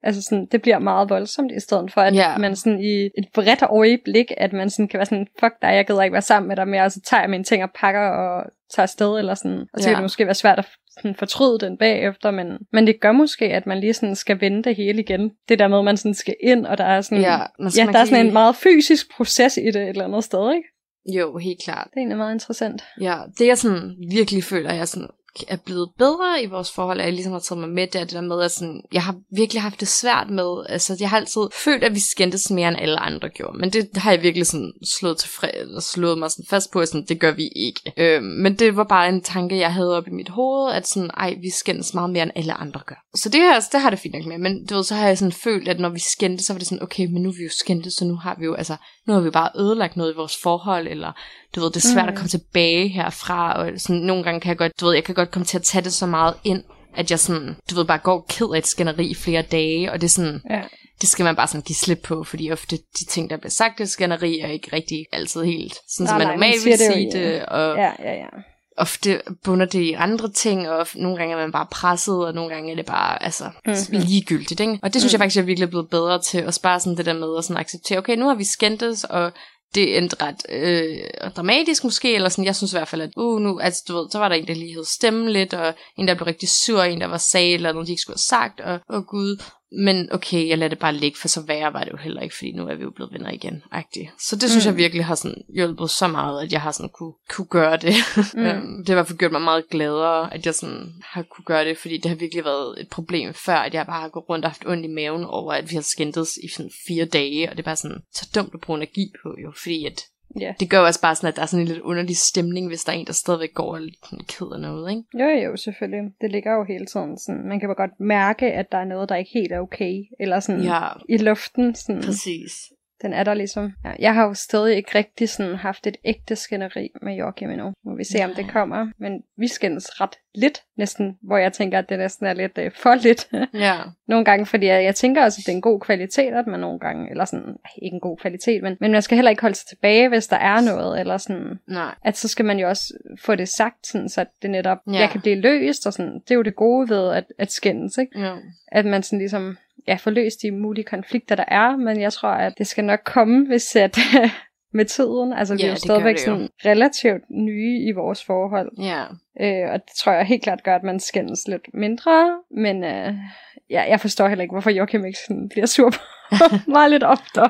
Altså sådan, det bliver meget voldsomt, i stedet for at yeah. man sådan i et bredt øjeblik, at man sådan kan være sådan, fuck dig, jeg gider ikke være sammen med dig mere, og så tager jeg mine ting og pakker og tager afsted, eller sådan. Og så yeah. kan det måske være svært at sådan fortryde den bagefter, men, men det gør måske, at man lige sådan skal vende det hele igen. Det der med, at man sådan skal ind, og der er sådan, ja, ja, der er sådan en meget fysisk proces i det et eller andet sted, ikke? Jo, helt klart. Det er egentlig meget interessant. Ja, det jeg sådan virkelig føler, jeg sådan er blevet bedre i vores forhold, at jeg ligesom har taget mig med, det er det der med, at sådan, jeg har virkelig haft det svært med, altså jeg har altid følt, at vi skændtes mere end alle andre gjorde, men det har jeg virkelig sådan slået til fred, eller slået mig sådan fast på, at sådan, det gør vi ikke. Øh, men det var bare en tanke, jeg havde op i mit hoved, at sådan, ej, vi skændes meget mere end alle andre gør. Så det her, det har det fint nok med, men du ved, så har jeg sådan følt, at når vi skændtes, så var det sådan, okay, men nu er vi jo skændtes, så nu har vi jo, altså, nu har vi bare ødelagt noget i vores forhold, eller du ved, det er svært mm. at komme tilbage herfra, og sådan, nogle gange kan jeg godt, du ved, jeg kan godt komme til at tage det så meget ind, at jeg sådan, du ved, bare går ked af et skænderi i flere dage, og det er sådan, ja. Det skal man bare sådan give slip på, fordi ofte de ting, der bliver sagt i skænderi, er ikke rigtig altid helt, sådan som man normalt vil sige det, det og ja, ja, ja. ofte bunder det i andre ting, og nogle gange er man bare presset, og nogle gange er det bare, altså, mm-hmm. ligegyldigt, ikke? Og det synes mm. jeg faktisk, jeg er virkelig blevet bedre til, at bare sådan det der med at sådan acceptere, okay, nu har vi skændtes, og det endte ret øh, dramatisk måske, eller sådan, jeg synes i hvert fald, at uh, nu, altså du ved, så var der en, der lige hed stemme lidt, og en, der blev rigtig sur, en, der var sagde, eller noget, de ikke skulle have sagt, og åh oh, gud, men okay, jeg lader det bare ligge, for så værre var det jo heller ikke, fordi nu er vi jo blevet venner igen, agtigt. Så det synes mm. jeg virkelig har sådan hjulpet så meget, at jeg har sådan kunne, kunne gøre det. Mm. Det har i hvert fald gjort mig meget gladere, at jeg sådan har kunne gøre det, fordi det har virkelig været et problem før, at jeg bare har gået rundt og haft ondt i maven over, at vi har skændtes i sådan fire dage, og det er bare sådan så dumt at bruge energi på, jo, fordi at yeah. det gør også bare sådan, at der er sådan en lidt underlig stemning, hvis der er en, der stadigvæk går og er lidt ked af noget, ikke? Jo, jo, selvfølgelig. Det ligger jo hele tiden sådan. Man kan bare godt mærke, at der er noget, der ikke helt er okay. Eller sådan ja. I luften. Sådan. Præcis. Den er der ligesom. Ja, jeg har jo stadig ikke rigtig sådan haft et ægte skænderi med Joachim endnu. Må vi se, Nej. om det kommer. Men vi skændes ret lidt næsten, hvor jeg tænker, at det næsten er lidt øh, for lidt. Ja. Nogle gange, fordi jeg, jeg tænker også, at det er en god kvalitet, at man nogle gange, eller sådan, ikke en god kvalitet, men, men man skal heller ikke holde sig tilbage, hvis der er noget, eller sådan. Nej. At så skal man jo også få det sagt, sådan, så det netop, ja. jeg kan blive løst, og sådan, det er jo det gode ved at, at skændes, ikke? Ja. At man sådan ligesom, ja, får løst de mulige konflikter, der er, men jeg tror, at det skal nok komme, hvis at med tiden, altså vi ja, er jo stadigvæk sådan relativt nye i vores forhold, ja. øh, og det tror jeg helt klart gør, at man skændes lidt mindre, men øh, ja, jeg forstår heller ikke, hvorfor Joachim ikke sådan bliver sur på meget lidt oftere.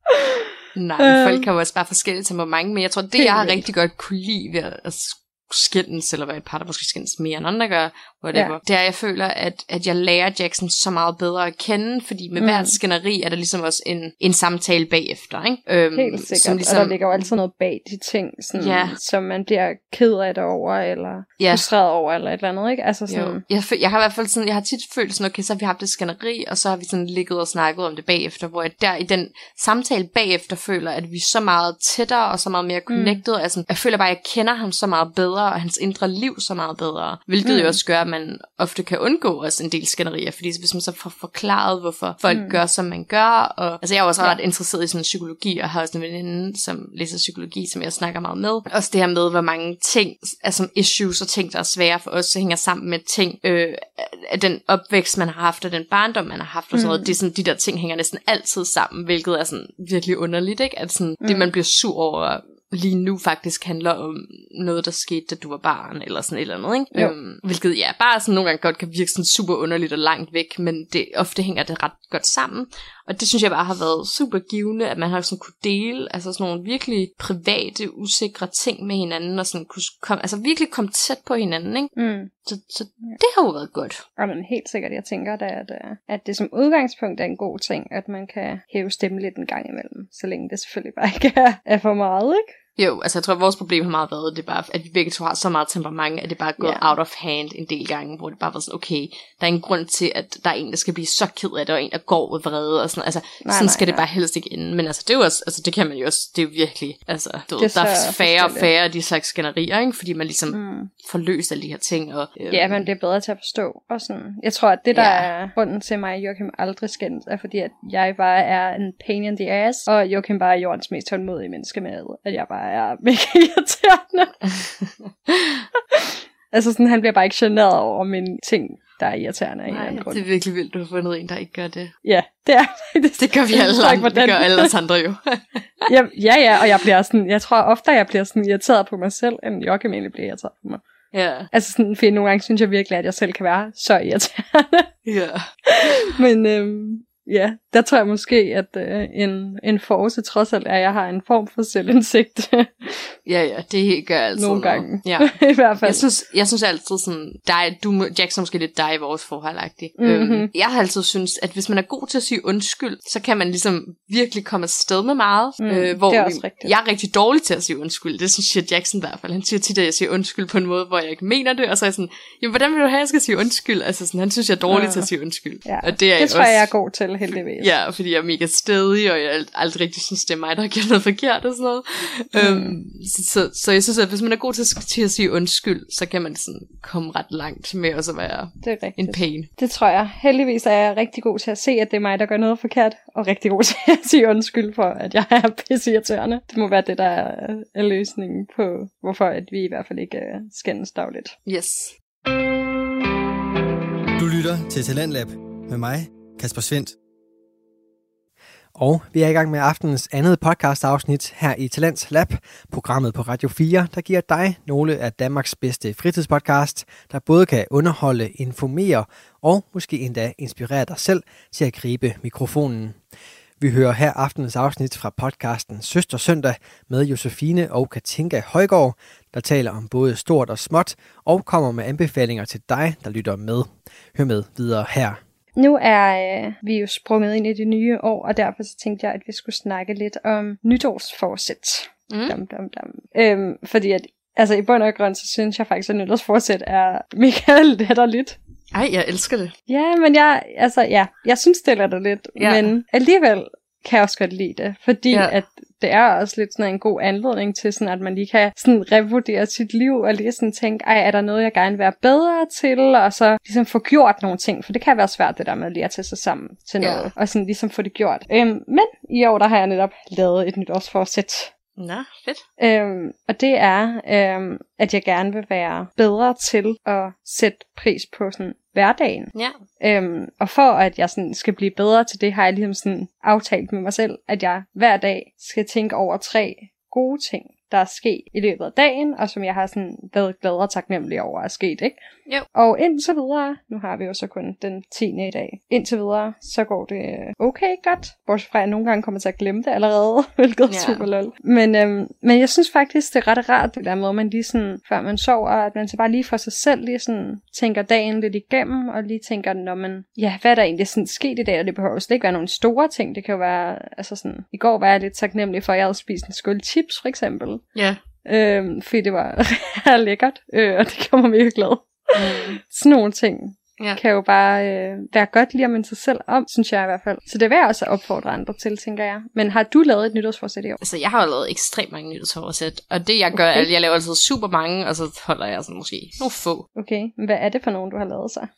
Nej, folk kan jo også bare forskellige temperament, men jeg tror, det helt jeg har vildt. rigtig godt kunne lide ved at skændes, eller hvad et par, der måske skændes mere end andre gør, whatever. Ja. Det er, jeg føler, at, at jeg lærer Jackson så meget bedre at kende, fordi med mm. hvert skænderi er der ligesom også en, en samtale bagefter, ikke? Øhm, Helt sikkert, som ligesom, og der ligger jo altid noget bag de ting, sådan, ja. som man bliver ked af det over, eller ja. frustreret over, eller et eller andet, ikke? Altså sådan... jeg, jeg har i hvert fald sådan, jeg har tit følt sådan, okay, så har vi haft det skænderi, og så har vi sådan ligget og snakket om det bagefter, hvor jeg der i den samtale bagefter føler, at vi er så meget tættere, og så meget mere connected, mm. altså, jeg føler bare, at jeg kender ham så meget bedre, og hans indre liv så meget bedre, hvilket mm. jo også gør, at man ofte kan undgå også en del skænderier, fordi hvis man så får forklaret, hvorfor folk mm. gør, som man gør, og altså jeg er også ja. ret interesseret i sådan psykologi, og har også en veninde, som læser psykologi, som jeg snakker meget med, også det her med, hvor mange ting, altså issues og ting, der er svære for os, så hænger sammen med ting, øh, af den opvækst, man har haft, og den barndom, man har haft, og sådan noget, mm. det er sådan, de der ting hænger næsten altid sammen, hvilket er sådan virkelig underligt, ikke? At sådan, mm. det man bliver sur over, lige nu faktisk handler om noget, der skete, da du var barn, eller sådan et eller andet, ikke? Øhm, hvilket, ja, bare sådan nogle gange godt kan virke sådan super underligt og langt væk, men det, ofte hænger det ret godt sammen, og det synes jeg bare har været super givende, at man har sådan kunne dele, altså sådan nogle virkelig private, usikre ting med hinanden, og sådan kunne komme, altså virkelig komme tæt på hinanden, ikke? Mm. Så, så det har jo været godt. Og men helt sikkert, jeg tænker da, at, at det som udgangspunkt er en god ting, at man kan hæve stemmen lidt en gang imellem, så længe det selvfølgelig bare ikke er, er for meget, ikke? Jo, altså jeg tror, at vores problem har meget været, det er bare, at vi begge to har så meget temperament, at det bare er gået yeah. out of hand en del gange, hvor det bare var sådan, okay, der er ingen grund til, at der er en, der skal blive så ked af det, og en, der går ud vrede, og sådan, altså, nej, sådan nej, skal nej. det bare helst ikke ende. Men altså, det er jo også, altså, det kan man jo også, det er jo virkelig, altså, du ved, der er færre og færre af de slags skænderier, ikke? Fordi man ligesom mm. får løst alle de her ting, og... Øh, ja, man bliver bedre til at forstå, og sådan, jeg tror, at det, der ja. er grunden til mig, at Joachim aldrig skændes, er fordi, at jeg bare er en pain in the ass, og Joachim bare er jordens mest tålmodige menneske med, at jeg bare er mega irriterende. Altså sådan, han bliver bare ikke generet over mine ting, der er irriterende. Nej, af det er virkelig vildt, du har fundet en, der ikke gør det. Ja, det er faktisk. Det gør vi alle andre, det gør alle os andre jo. ja, ja, ja, og jeg bliver sådan, jeg tror ofte, jeg bliver sådan irriteret på mig selv, end Joachim egentlig bliver irriteret på mig. Ja. Altså sådan, for nogle gange synes jeg virkelig, at jeg selv kan være så irriterende. Ja. Men øhm, ja, der tror jeg måske, at øh, en, en force trods alt er, at jeg har en form for selvindsigt. ja, ja, det gør altid nogle noget. gange. Ja. I hvert fald. Jeg synes, jeg synes altid sådan, dig, du, Jackson måske lidt dig i vores forhold-agtigt. Mm-hmm. Øhm, jeg har altid synes, at hvis man er god til at sige undskyld, så kan man ligesom virkelig komme afsted med meget. Mm, øh, hvor det er også rigtigt. Jeg er rigtig dårlig til at sige undskyld. Det synes jeg Jackson i hvert fald. Han siger tit, at jeg siger undskyld på en måde, hvor jeg ikke mener det. Og så er jeg sådan, jamen hvordan vil du have, at jeg skal sige undskyld? Altså sådan, han synes, jeg er dårlig ja. til at sige undskyld. Ja. Og det, er det jeg tror også... jeg, jeg er god til, heldigvis. Ja, fordi jeg er mega stædig, og jeg ald- aldrig rigtig synes, det er mig, der har gjort noget forkert og sådan noget. Mm. Øhm, så, så, så jeg synes, at hvis man er god til, til at sige undskyld, så kan man sådan komme ret langt med at så være det er en pain. Det tror jeg. Heldigvis er jeg rigtig god til at se, at det er mig, der gør noget forkert, og rigtig god til at sige undskyld for, at jeg er pisseirriterende. Det må være det, der er, er løsningen på, hvorfor at vi i hvert fald ikke uh, skændes dagligt. Yes. Du lytter til Talentlab med mig, Kasper Svendt. Og vi er i gang med aftenens andet podcast-afsnit her i Talents Lab, programmet på Radio fire, der giver dig nogle af Danmarks bedste fritidspodcast, der både kan underholde, informere og måske endda inspirere dig selv til at gribe mikrofonen. Vi hører her aftenens afsnit fra podcasten Søster Søndag med Josefine og Katinka Højgaard, der taler om både stort og småt og kommer med anbefalinger til dig, der lytter med. Hør med videre her. Nu er øh, vi jo sprunget ind i det nye år, og derfor så tænkte jeg, at vi skulle snakke lidt om nytårsforsæt. Mm. Dum, dum, dum. Øhm, fordi at, altså i bund og grund, så synes jeg faktisk, at nytårsforsæt er mega letterligt. Ej, jeg elsker det. Ja, men jeg, altså, ja, jeg synes, det er letterligt, ja. Men alligevel kan jeg også godt lide det, fordi ja. At det er også lidt sådan en god anledning til, sådan at man lige kan sådan revurdere sit liv, og lige sådan tænke, ej, er der noget, jeg gerne vil være bedre til, og så ligesom få gjort nogle ting, for det kan være svært, det der med lige at tage sig sammen til noget, ja. Og sådan ligesom få det gjort. Øhm, men i år, der har jeg netop lavet et nytårsforsæt. Nå, fedt. Øhm, og det er, øhm, at jeg gerne vil være bedre til at sætte pris på sådan hverdagen. Ja. Øhm, og for at jeg sådan skal blive bedre til det, har jeg ligesom sådan aftalt med mig selv, at jeg hver dag skal tænke over tre gode ting, der er sket i løbet af dagen, og som jeg har sådan været glad og taknemmelig over at sket, ikke? Jo. Og indtil videre, nu har vi jo så kun den tiende i dag, indtil videre, så går det okay godt, bortset fra at jeg nogle gange kommer til at glemme det allerede, hvilket er ja. super lol. Men, øhm, men jeg synes faktisk, det er ret rart, det der med, at man lige sådan, før man sover, at man så bare lige for sig selv lige sådan tænker dagen lidt igennem, og lige tænker, når man, ja, hvad er der egentlig sådan sket i dag, og det behøver slet ikke være nogle store ting, det kan jo være, altså sådan, i går var jeg lidt taknemmelig for, at jeg havde spist en skål chips, for eksempel. Ja. Øhm, fordi det var lækkert, øh, og det gjorde mig mega glad. Mm. Sådan nogle ting ja. Kan jo bare øh, være godt lige at minde sig selv om, synes jeg i hvert fald. Så det vil jeg også opfordre andre til, tænker jeg. Men har du lavet et nytårsforsæt i år? Altså, jeg har jo lavet ekstremt mange nytårsforsæt, og det jeg gør, okay. Jeg laver altid super mange, og så holder jeg sådan måske nogle få. Okay, men hvad er det for nogen, du har lavet så?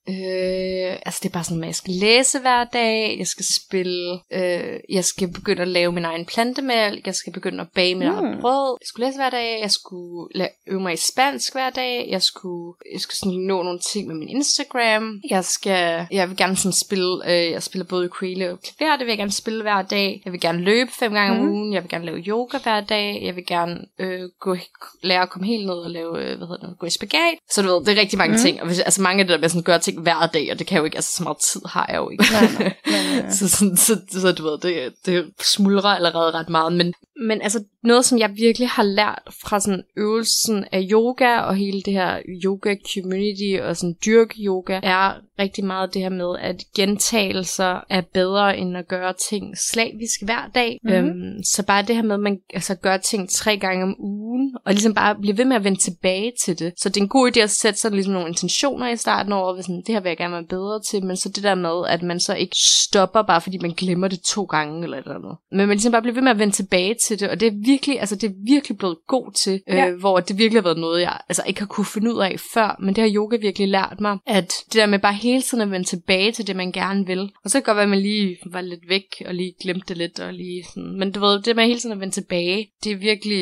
Øh, altså det er bare sådan, at jeg skal læse hver dag, jeg skal spille, øh, jeg skal begynde at lave min egen plantemælk, jeg skal begynde at bage mit mm. eget brød, jeg skulle læse hver dag, jeg skulle la- øve mig i spansk hver dag, jeg skulle, jeg skulle sådan nå nogle ting med min Instagram, jeg skal, jeg vil gerne sådan spille, øh, jeg spiller både ukulele og klaver, det vil jeg gerne spille hver dag, jeg vil gerne løbe fem gange mm. om ugen, jeg vil gerne lave yoga hver dag, jeg vil gerne øh, gå, lære at komme helt ned og lave, øh, hvad hedder det, gå i spagat, så du ved, det er rigtig mange mm. ting, og hvis, altså mange af det der med sådan gøre ting hver dag, og det kan jeg jo ikke, altså så meget tid har jeg jo ikke. Nej, nej, nej, nej. så, så, så, så du ved, det, det smuldrer allerede ret meget, men, men altså noget, som jeg virkelig har lært fra sådan øvelsen af yoga, og hele det her yoga community, og sådan dyrke yoga, er rigtig meget det her med, at gentagelser er bedre, end at gøre ting slavisk hver dag. Mm-hmm. Øhm, så bare det her med, at man altså gør ting tre gange om ugen, og ligesom bare blive ved med at vende tilbage til det. Så det er en god idé at sætte sådan ligesom nogle intentioner i starten over, hvis sådan, det her vil jeg gerne være bedre til, men så det der med, at man så ikke stopper, bare fordi man glemmer det to gange, eller et eller andet. Men man ligesom bare bliver ved med at vende tilbage til det, og det er virkelig, altså det er virkelig blevet god til, ja. øh, hvor det virkelig har været noget, jeg altså ikke har kunne finde ud af før, men det har yoga virkelig lært mig, at det der med bare hele tiden at vende tilbage til det, man gerne vil. Og så kan det godt være, at man lige var lidt væk, og lige glemte det lidt, og lige sådan, men du ved, det med hele tiden at vende tilbage, det er virkelig øh,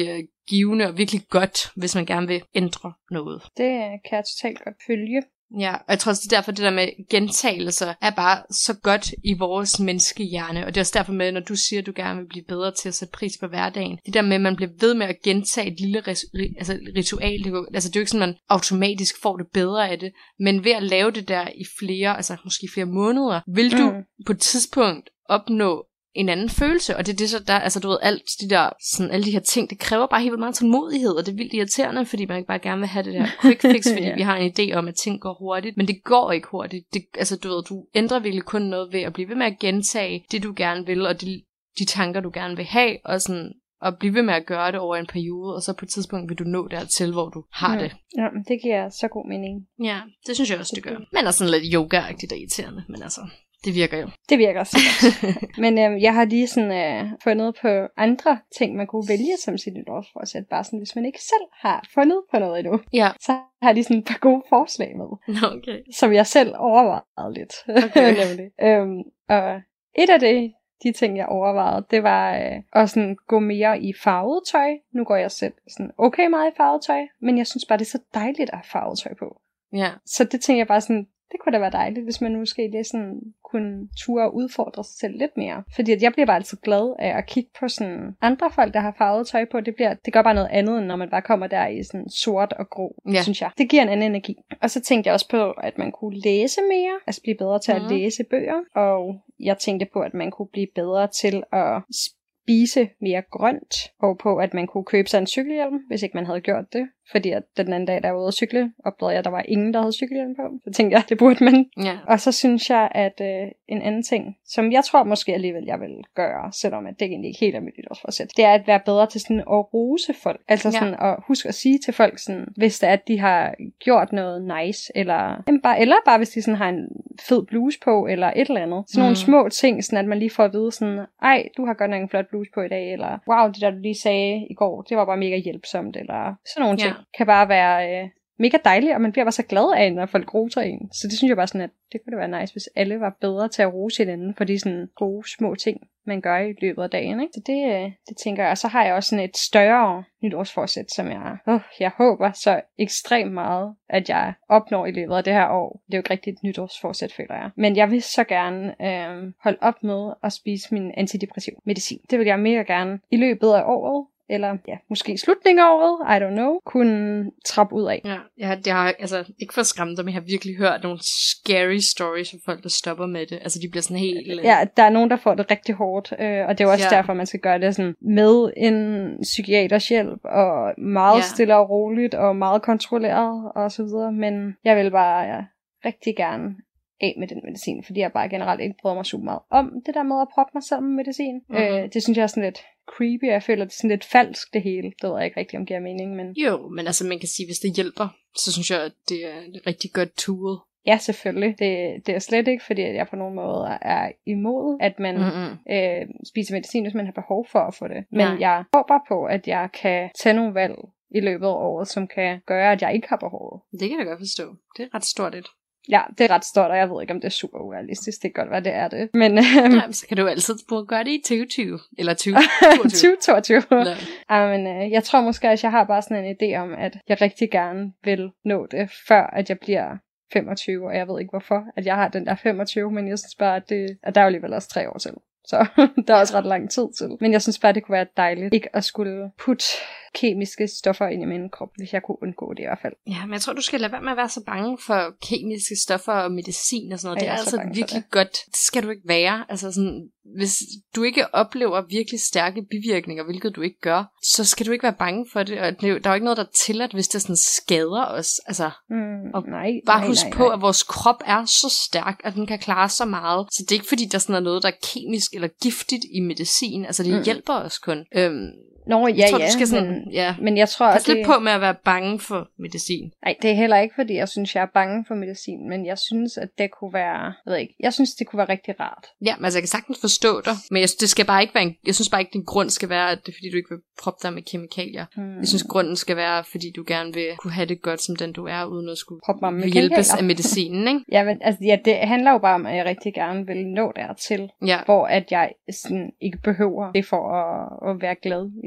givende og virkelig godt, hvis man gerne vil ændre noget. Det kan jeg totalt godt følge. Ja, og jeg tror også, det er derfor, det der med gentagelser er bare så godt i vores menneskehjerne. Og det er også derfor med, når du siger, at du gerne vil blive bedre til at sætte pris på hverdagen. Det der med, at man bliver ved med at gentage et lille ris- altså ritual. Det, går, altså det er jo ikke sådan, at man automatisk får det bedre af det. Men ved at lave det der i flere, altså måske flere måneder, vil du mm. på et tidspunkt opnå en anden følelse, og det er det så der, altså du ved, alt de der, sådan alle de her ting, det kræver bare helt vildt meget tålmodighed, og det er vildt irriterende, fordi man ikke bare gerne vil have det der quick fix, fordi ja. vi har en idé om, at ting går hurtigt, men det går ikke hurtigt. Det, altså du ved, du ændrer virkelig kun noget ved at blive ved med at gentage det, du gerne vil, og de, de tanker, du gerne vil have, og sådan, og blive ved med at gøre det over en periode, og så på et tidspunkt vil du nå dertil, hvor du har mm. det. Ja, det giver så god mening. Ja, det synes jeg også, det gør. Men er sådan lidt yoga-agtigt og irriterende, men altså... Det virker jo. Det virker også godt. Men øhm, jeg har lige sådan øh, fundet på andre ting, man kunne vælge som sit nytårsforsæt. Bare sådan, hvis man ikke selv har fundet på noget endnu. Ja. Så har jeg lige sådan et par gode forslag med. Okay. Som jeg selv overvejede lidt. Okay. Nemlig. Øhm, og et af det, de ting, jeg overvejede, det var øh, at sådan gå mere i farvet tøj. Nu går jeg selv sådan okay meget i farvet tøj. Men jeg synes bare, det er så dejligt at have farvet tøj på. Ja. Så det tænker jeg bare sådan, det kunne da være dejligt, hvis man måske lige sådan kunne ture og udfordre sig selv lidt mere. Fordi at jeg bliver bare altid glad af at kigge på sådan andre folk, der har farvet tøj på. Det, bliver, det gør bare noget andet, end når man bare kommer der i sådan sort og grå, ja. synes jeg. Det giver en anden energi. Og så tænkte jeg også på, at man kunne læse mere. Altså blive bedre til mm. at læse bøger. Og jeg tænkte på, at man kunne blive bedre til at spise mere grønt. Og på, at man kunne købe sig en cykelhjelm, hvis ikke man havde gjort det. Fordi at den anden dag, der var ude at cykle, opdagede jeg, at der var ingen, der havde cykelhjelm på. Så tænkte jeg, det burde man. Ja. Og så synes jeg, at øh, en anden ting, som jeg tror måske alligevel, jeg vil gøre, selvom at det egentlig ikke helt er mit nytårsforsæt, det er at være bedre til sådan at rose folk. Altså sådan ja. at huske at sige til folk, sådan, hvis det er, at de har gjort noget nice, eller, jamen bare, eller bare hvis de sådan har en fed bluse på, eller et eller andet. Sådan mm. nogle små ting, sådan at man lige får at vide sådan, ej, du har godt nok en flot bluse på i dag, eller wow, det der du lige sagde i går, det var bare mega hjælpsomt, eller sådan nogle ting. Ja. Kan bare være øh, mega dejligt, og man bliver bare så glad af, når folk roser en. Så det synes jeg bare sådan, at det kunne da være nice, hvis alle var bedre til at rose hinanden for de sådan gode små ting, man gør i løbet af dagen. Ikke? Så det, øh, det tænker jeg. Og så har jeg også sådan et større nytårsforsæt, som jeg, øh, jeg håber så ekstremt meget, at jeg opnår i løbet af det her år. Det er jo ikke rigtigt et nytårsforsæt, føler jeg. Men jeg vil så gerne øh, holde op med at spise min antidepressiv medicin. Det vil jeg mega gerne i løbet af året, eller ja, måske slutningen af året, I don't know, kunne trappe ud af. Ja, jeg, jeg har altså ikke for skræmt dem, jeg har virkelig hørt nogle scary stories om folk, der stopper med det. Altså de bliver sådan helt... Ja, der er nogen, der får det rigtig hårdt, øh, og det er også ja. derfor, man skal gøre det sådan med en psykiaters hjælp, og meget ja. stille og roligt, og meget kontrolleret, og så videre. Men jeg vil bare ja, rigtig gerne af med den medicin, fordi jeg bare generelt ikke bryder mig super meget om det der med at proppe mig selv med medicin. Mm-hmm. Øh, det synes jeg er sådan lidt creepy, jeg føler, det er sådan lidt falsk det hele. Det ved jeg ikke rigtig, om det giver mening, men... Jo, men altså man kan sige, hvis det hjælper, så synes jeg, at det er et rigtig godt tool. Ja, selvfølgelig. Det, det er slet ikke, fordi jeg på nogen måde er imod, at man mm-hmm. øh, spiser medicin, hvis man har behov for at få det. Men Nej. jeg håber på, at jeg kan tage nogle valg i løbet af året, som kan gøre, at jeg ikke har behovet. Det kan jeg godt forstå. Det er ret stort et. Ja, det er ret stort, og jeg ved ikke, om det er super urealistisk. Det kan godt være, det er det. Men, øhm, ja, så kan du altid gøre det i tyve tyve. Eller tyve toogtyve. Ja, men øh, jeg tror måske, at jeg har bare sådan en idé om, at jeg rigtig gerne vil nå det, før at jeg bliver femogtyve. Og jeg ved ikke hvorfor, at jeg har den der femogtyve, men jeg synes bare, at, det, at der er jo alligevel også tre år til. Så der er også ret lang tid til. Men jeg synes bare, det kunne være dejligt ikke at skulle putte kemiske stoffer ind i min krop, hvis jeg kunne undgå det i hvert fald. Ja, men jeg tror, du skal lade være med at være så bange for kemiske stoffer og medicin og sådan noget. Det er, er altså virkelig godt. Det skal du ikke være. Altså sådan, hvis du ikke oplever virkelig stærke bivirkninger, hvilket du ikke gør, så skal du ikke være bange for det. Og der er jo ikke noget, der er tilladt, hvis det sådan skader os. Altså, mm, og nej, bare nej, husk nej, på, nej. at vores krop er så stærk, at den kan klare så meget. Så det er ikke fordi, der sådan er noget, der er kemisk eller giftigt i medicin. Altså, det mm. hjælper os kun. Øhm, Nå, ja, jeg tror, ja, du skal sådan, men, ja. men jeg tror Pas også... lidt det... på med at være bange for medicin. Nej, det er heller ikke, fordi jeg synes, jeg er bange for medicin, men jeg synes, at det kunne være... Jeg ved ikke, jeg synes, det kunne være rigtig rart. Ja, men altså, jeg kan sagtens forstå dig, men jeg, det skal bare ikke være en, jeg synes bare ikke, din grund skal være, at det er, fordi du ikke vil proppe dig med kemikalier. Hmm. Jeg synes, grunden skal være, fordi du gerne vil kunne have det godt, som den du er, uden at skulle proppe mig med hjælpes af medicinen, ikke? Ja, men altså, ja, det handler jo bare om, at jeg rigtig gerne vil nå dertil, ja. hvor at jeg sådan ikke behøver det for at, at være glad i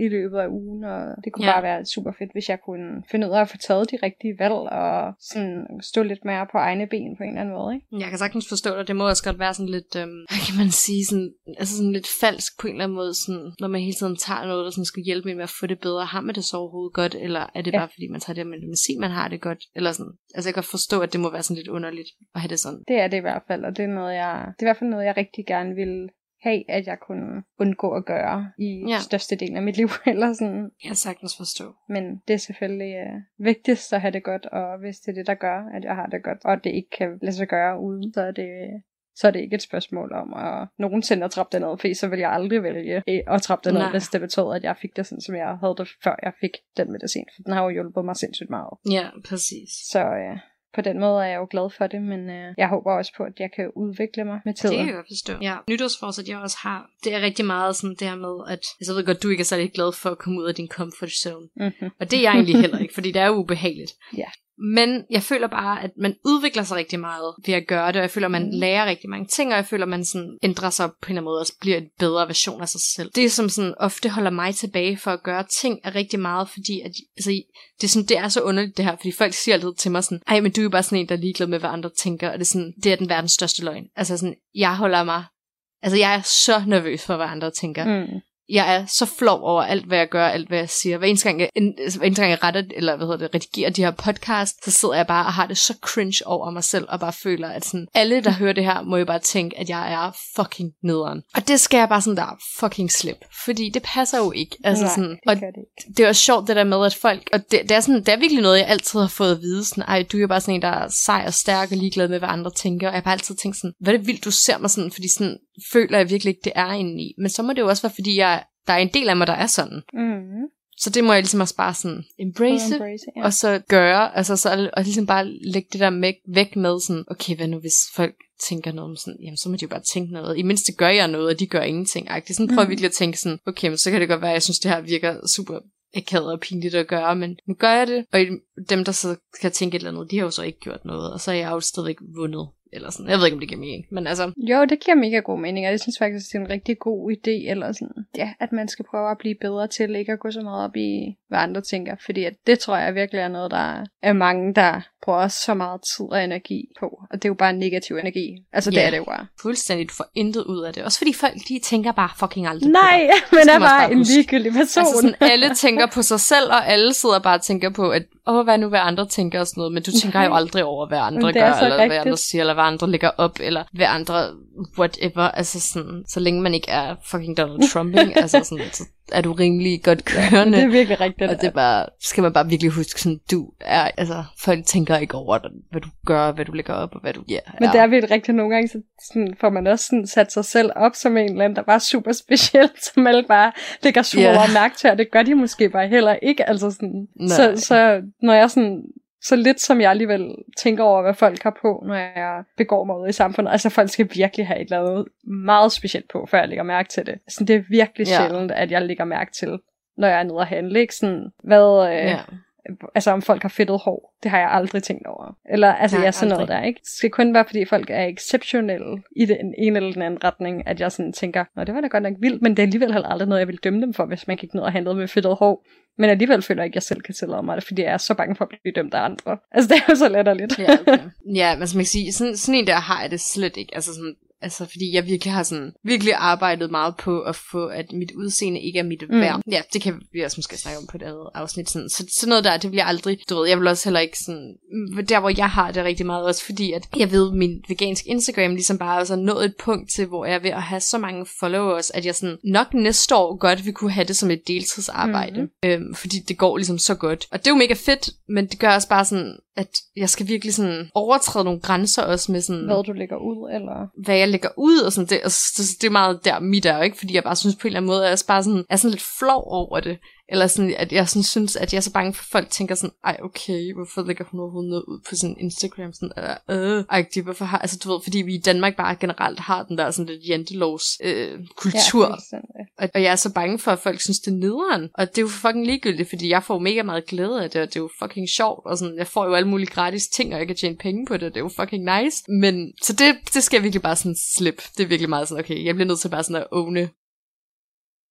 i løbet af ugen, og det kunne ja. bare være super fedt, hvis jeg kunne finde ud af at få taget de rigtige valg, og sådan stå lidt mere på egne ben på en eller anden måde, ikke? Jeg kan sagtens forstå dig. Det må også godt være sådan lidt, øhm, hvad kan man sige, sådan, altså sådan lidt falsk på en eller anden måde, sådan, når man hele tiden tager noget, der sådan skal hjælpe med at få det bedre. Har man det så overhovedet godt, eller er det ja. bare fordi, man tager det med medicin, man har det godt, eller sådan. Altså jeg kan forstå, at det må være sådan lidt underligt at have det sådan. Det er det i hvert fald, og det er noget, jeg, det er i hvert fald noget, jeg rigtig gerne vil have, at jeg kunne undgå at gøre i ja. største del af mit liv, eller sådan. Jeg kan sagtens forstå. Men det er selvfølgelig uh, vigtigst at have det godt, og hvis det er det, der gør, at jeg har det godt, og det ikke kan lade sig gøre uden, så er det, så er det ikke et spørgsmål om at nogensinde at trappe det ned, for så vil jeg aldrig vælge at trappe det ned, hvis det betød, at jeg fik det sådan, som jeg havde det, før jeg fik den medicin, for den har jo hjulpet mig sindssygt meget. Ja, præcis. Så uh, på den måde er jeg jo glad for det, men øh, jeg håber også på, at jeg kan udvikle mig med tiden. Det kan jeg forstå. Ja, nytårsforsæt, jeg også har, det er rigtig meget sådan det her med, at altså, jeg ved godt, du ikke er særlig glad for at komme ud af din comfort zone. Mm-hmm. Og det er jeg egentlig heller ikke, fordi det er jo ubehageligt. Ja. Men jeg føler bare, at man udvikler sig rigtig meget ved at gøre det, og jeg føler, at man mm. lærer rigtig mange ting, og jeg føler, at man sådan ændrer sig på en eller anden måde, og bliver en bedre version af sig selv. Det, som sådan ofte holder mig tilbage for at gøre ting, er rigtig meget, fordi at, altså, det, er sådan, det er så underligt det her, fordi folk siger altid til mig sådan, ej, men du er jo bare sådan en, der er ligeglad med, hvad andre tænker, og det er sådan, det er den verdens største løgn. Altså sådan, jeg holder mig, altså jeg er så nervøs for, hvad andre tænker. Mm. Jeg er så flov over alt, hvad jeg gør, alt, hvad jeg siger. Hver eneste gang jeg, hver eneste gang jeg retter, eller hvad hedder det, redigerer de her podcast, så sidder jeg bare og har det så cringe over mig selv, og bare føler, at sådan, alle, der hører det her, må jo bare tænke, at jeg er fucking nederen. Og det skal jeg bare sådan der fucking slippe, fordi det passer jo ikke. Altså Nej, sådan, det og det. det er også sjovt det der med, at folk, og det, det, er sådan, det er virkelig noget, jeg altid har fået at vide, sådan, ej, du er jo bare sådan en, der er sej og stærk og ligeglad med, hvad andre tænker, og jeg har bare altid tænkt sådan, hvad er det vildt, du ser mig sådan, fordi sådan, føler jeg virkelig ikke, det er indeni. Men så må det jo også være, fordi jeg der er en del af mig, der er sådan. Mm. Så det må jeg ligesom også bare sådan embrace, embrace ja. Og så gøre, altså så, og ligesom bare lægge det der med, væk med sådan, okay, hvad nu hvis folk tænker noget om sådan, jamen så må de jo bare tænke noget. I mindste gør jeg noget, og de gør ingenting. Det sådan prøver mm. virkelig at tænke sådan, okay, men så kan det godt være, at jeg synes, det her virker super akavet og pinligt at gøre, men nu gør jeg det. Og dem, der så kan tænke et eller andet, de har jo så ikke gjort noget, og så er jeg jo stadigvæk vundet. Eller sådan. Jeg ved ikke, om det giver mening, men altså... Jo, det giver mega god mening, og jeg synes faktisk, det er en rigtig god idé, eller sådan, ja, at man skal prøve at blive bedre til ikke at gå så meget op i, hvad andre tænker, fordi at det tror jeg virkelig er noget, der er mange, der bruger så meget tid og energi på, og det er jo bare negativ energi. Altså, det yeah. er det jo bare. Fuldstændig, du får intet ud af det. Også fordi folk, de tænker bare fucking aldrig Nej, på det. men er bare, bare en ligegyldig person. Altså sådan, alle tænker på sig selv, og alle sidder bare og tænker på, at åh, hvad nu, hvad andre tænker og sådan noget, men du tænker jo aldrig over, hvad andre gør, eller rigtigt. Hvad andre siger, eller hvad andre lægger op, eller hvad andre, whatever, altså sådan, så længe man ikke er fucking Donald Trumping, altså sådan, så er du rimelig godt kørende. Det er virkelig rigtigt. Og det er bare, skal man bare virkelig huske, sådan, du er, altså, folk tænker ikke over, hvad du gør, hvad du lægger op, og hvad du, ja. Yeah, men det er virkelig rigtigt, nogle gange, så sådan, får man også sådan, sat sig selv op som en eller anden, der var super specielt, som alle bare lægger super yeah. over mærke til, og det gør de måske bare heller ikke, altså sådan, så, så når jeg sådan, så lidt som jeg alligevel tænker over, hvad folk har på, når jeg begår mig ude i samfundet. Altså folk skal virkelig have et eller andet meget specielt på, før jeg lægger mærke til det. Altså, det er virkelig ja. sjældent, at jeg lægger mærke til, når jeg er nede og handle. Ikke sådan, hvad, øh, ja. altså om folk har fedtet hår, det har jeg aldrig tænkt over. Eller altså Nej, jeg sådan aldrig. noget der, ikke? Det skal kun være, fordi folk er exceptionelle i den ene eller den anden retning, at jeg sådan tænker, nå det var da godt nok vildt, men det er alligevel aldrig noget, jeg vil dømme dem for, hvis man gik ned og handlede med fedtet hår. Men alligevel føler jeg ikke, at jeg selv kan tillade mig det, fordi jeg er så bange for at blive dømt af andre. Altså, det er jo så letterligt. ja, okay. ja, men som jeg kan sige, sådan, sådan en der har jeg det slet ikke. Altså sådan, altså fordi jeg virkelig har sådan, virkelig arbejdet meget på at få, at mit udseende ikke er mit værd. Mm. Ja, det kan vi også måske snakke om på et andet afsnit. Sådan. Så sådan noget der, det vil jeg aldrig, du ved, jeg vil også heller ikke sådan, der hvor jeg har det rigtig meget, også fordi at jeg ved, min vegansk Instagram ligesom bare også er nået et punkt til, hvor jeg er ved at have så mange followers, at jeg sådan nok næste år godt vil kunne have det som et deltidsarbejde. Mm. Øhm, fordi det går ligesom så godt. Og det er jo mega fedt, men det gør også bare sådan, at jeg skal virkelig sådan overtræde nogle grænser også med sådan... Hvad du lægger ud, eller... Hvad jeg lægger ud, og sådan, det, og det, det er meget der mit er, ikke? Fordi jeg bare synes på en eller anden måde, at jeg er bare sådan, er sådan lidt flov over det. Eller sådan, at jeg sådan synes, at jeg er så bange for, at folk tænker sådan, ej, okay, hvorfor lægger hun overhovedet noget ud på sådan Instagram? Sådan, øh, ej, det hvorfor har... Altså, du ved, fordi vi i Danmark bare generelt har den der sådan lidt jantelovs øh, kultur. Ja, og, og jeg er så bange for, at folk synes, det er nederen. Og det er jo fucking ligegyldigt, fordi jeg får mega meget glæde af det, og det er jo fucking sjovt. Og sådan, jeg får jo alle mulige gratis ting, og jeg kan tjene penge på det, det er jo fucking nice. Men, så det, det skal jeg virkelig bare sådan slippe. Det er virkelig meget sådan, okay, jeg bliver nødt til bare sådan at åbne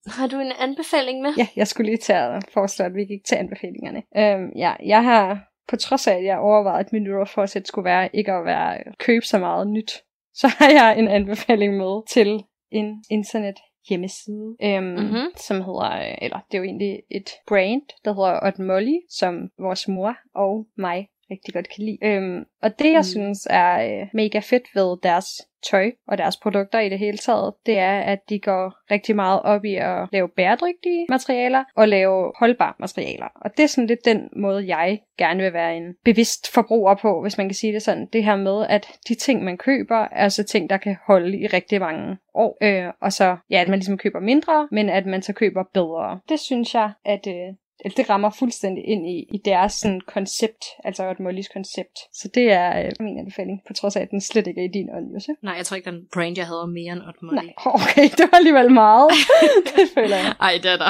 Har du en anbefaling med? Ja, jeg skulle lige til at foreslå, at vi gik til anbefalingerne. Øhm, ja, jeg har, på trods af, at jeg overvejede, at min nytårsforsæt skulle være ikke at være købe så meget nyt, så har jeg en anbefaling med til en internet hjemmeside, øhm, mm-hmm. som hedder, eller det er jo egentlig et brand, der hedder Odd Molly, som vores mor og mig rigtig godt kan lide. Øhm, og det, jeg mm. synes er øh, mega fedt ved deres tøj og deres produkter i det hele taget, det er, at de går rigtig meget op i at lave bæredygtige materialer og lave holdbare materialer. Og det er sådan lidt den måde, jeg gerne vil være en bevidst forbruger på, hvis man kan sige det sådan. Det her med, at de ting, man køber, er altså ting, der kan holde i rigtig mange år. Øh, og så, ja, at man ligesom køber mindre, men at man så køber bedre. Det synes jeg, at Øh, det rammer fuldstændig ind i, i deres sådan, koncept, altså Odd Mollys koncept. Så det er øh, min anbefaling, på trods af, at den slet ikke er i din ånd, Jose. Nej, jeg tror ikke, den brand, jeg havde mere end Odd Molly. Nej, okay, det var alligevel meget. Det føler jeg. Ej, det er der.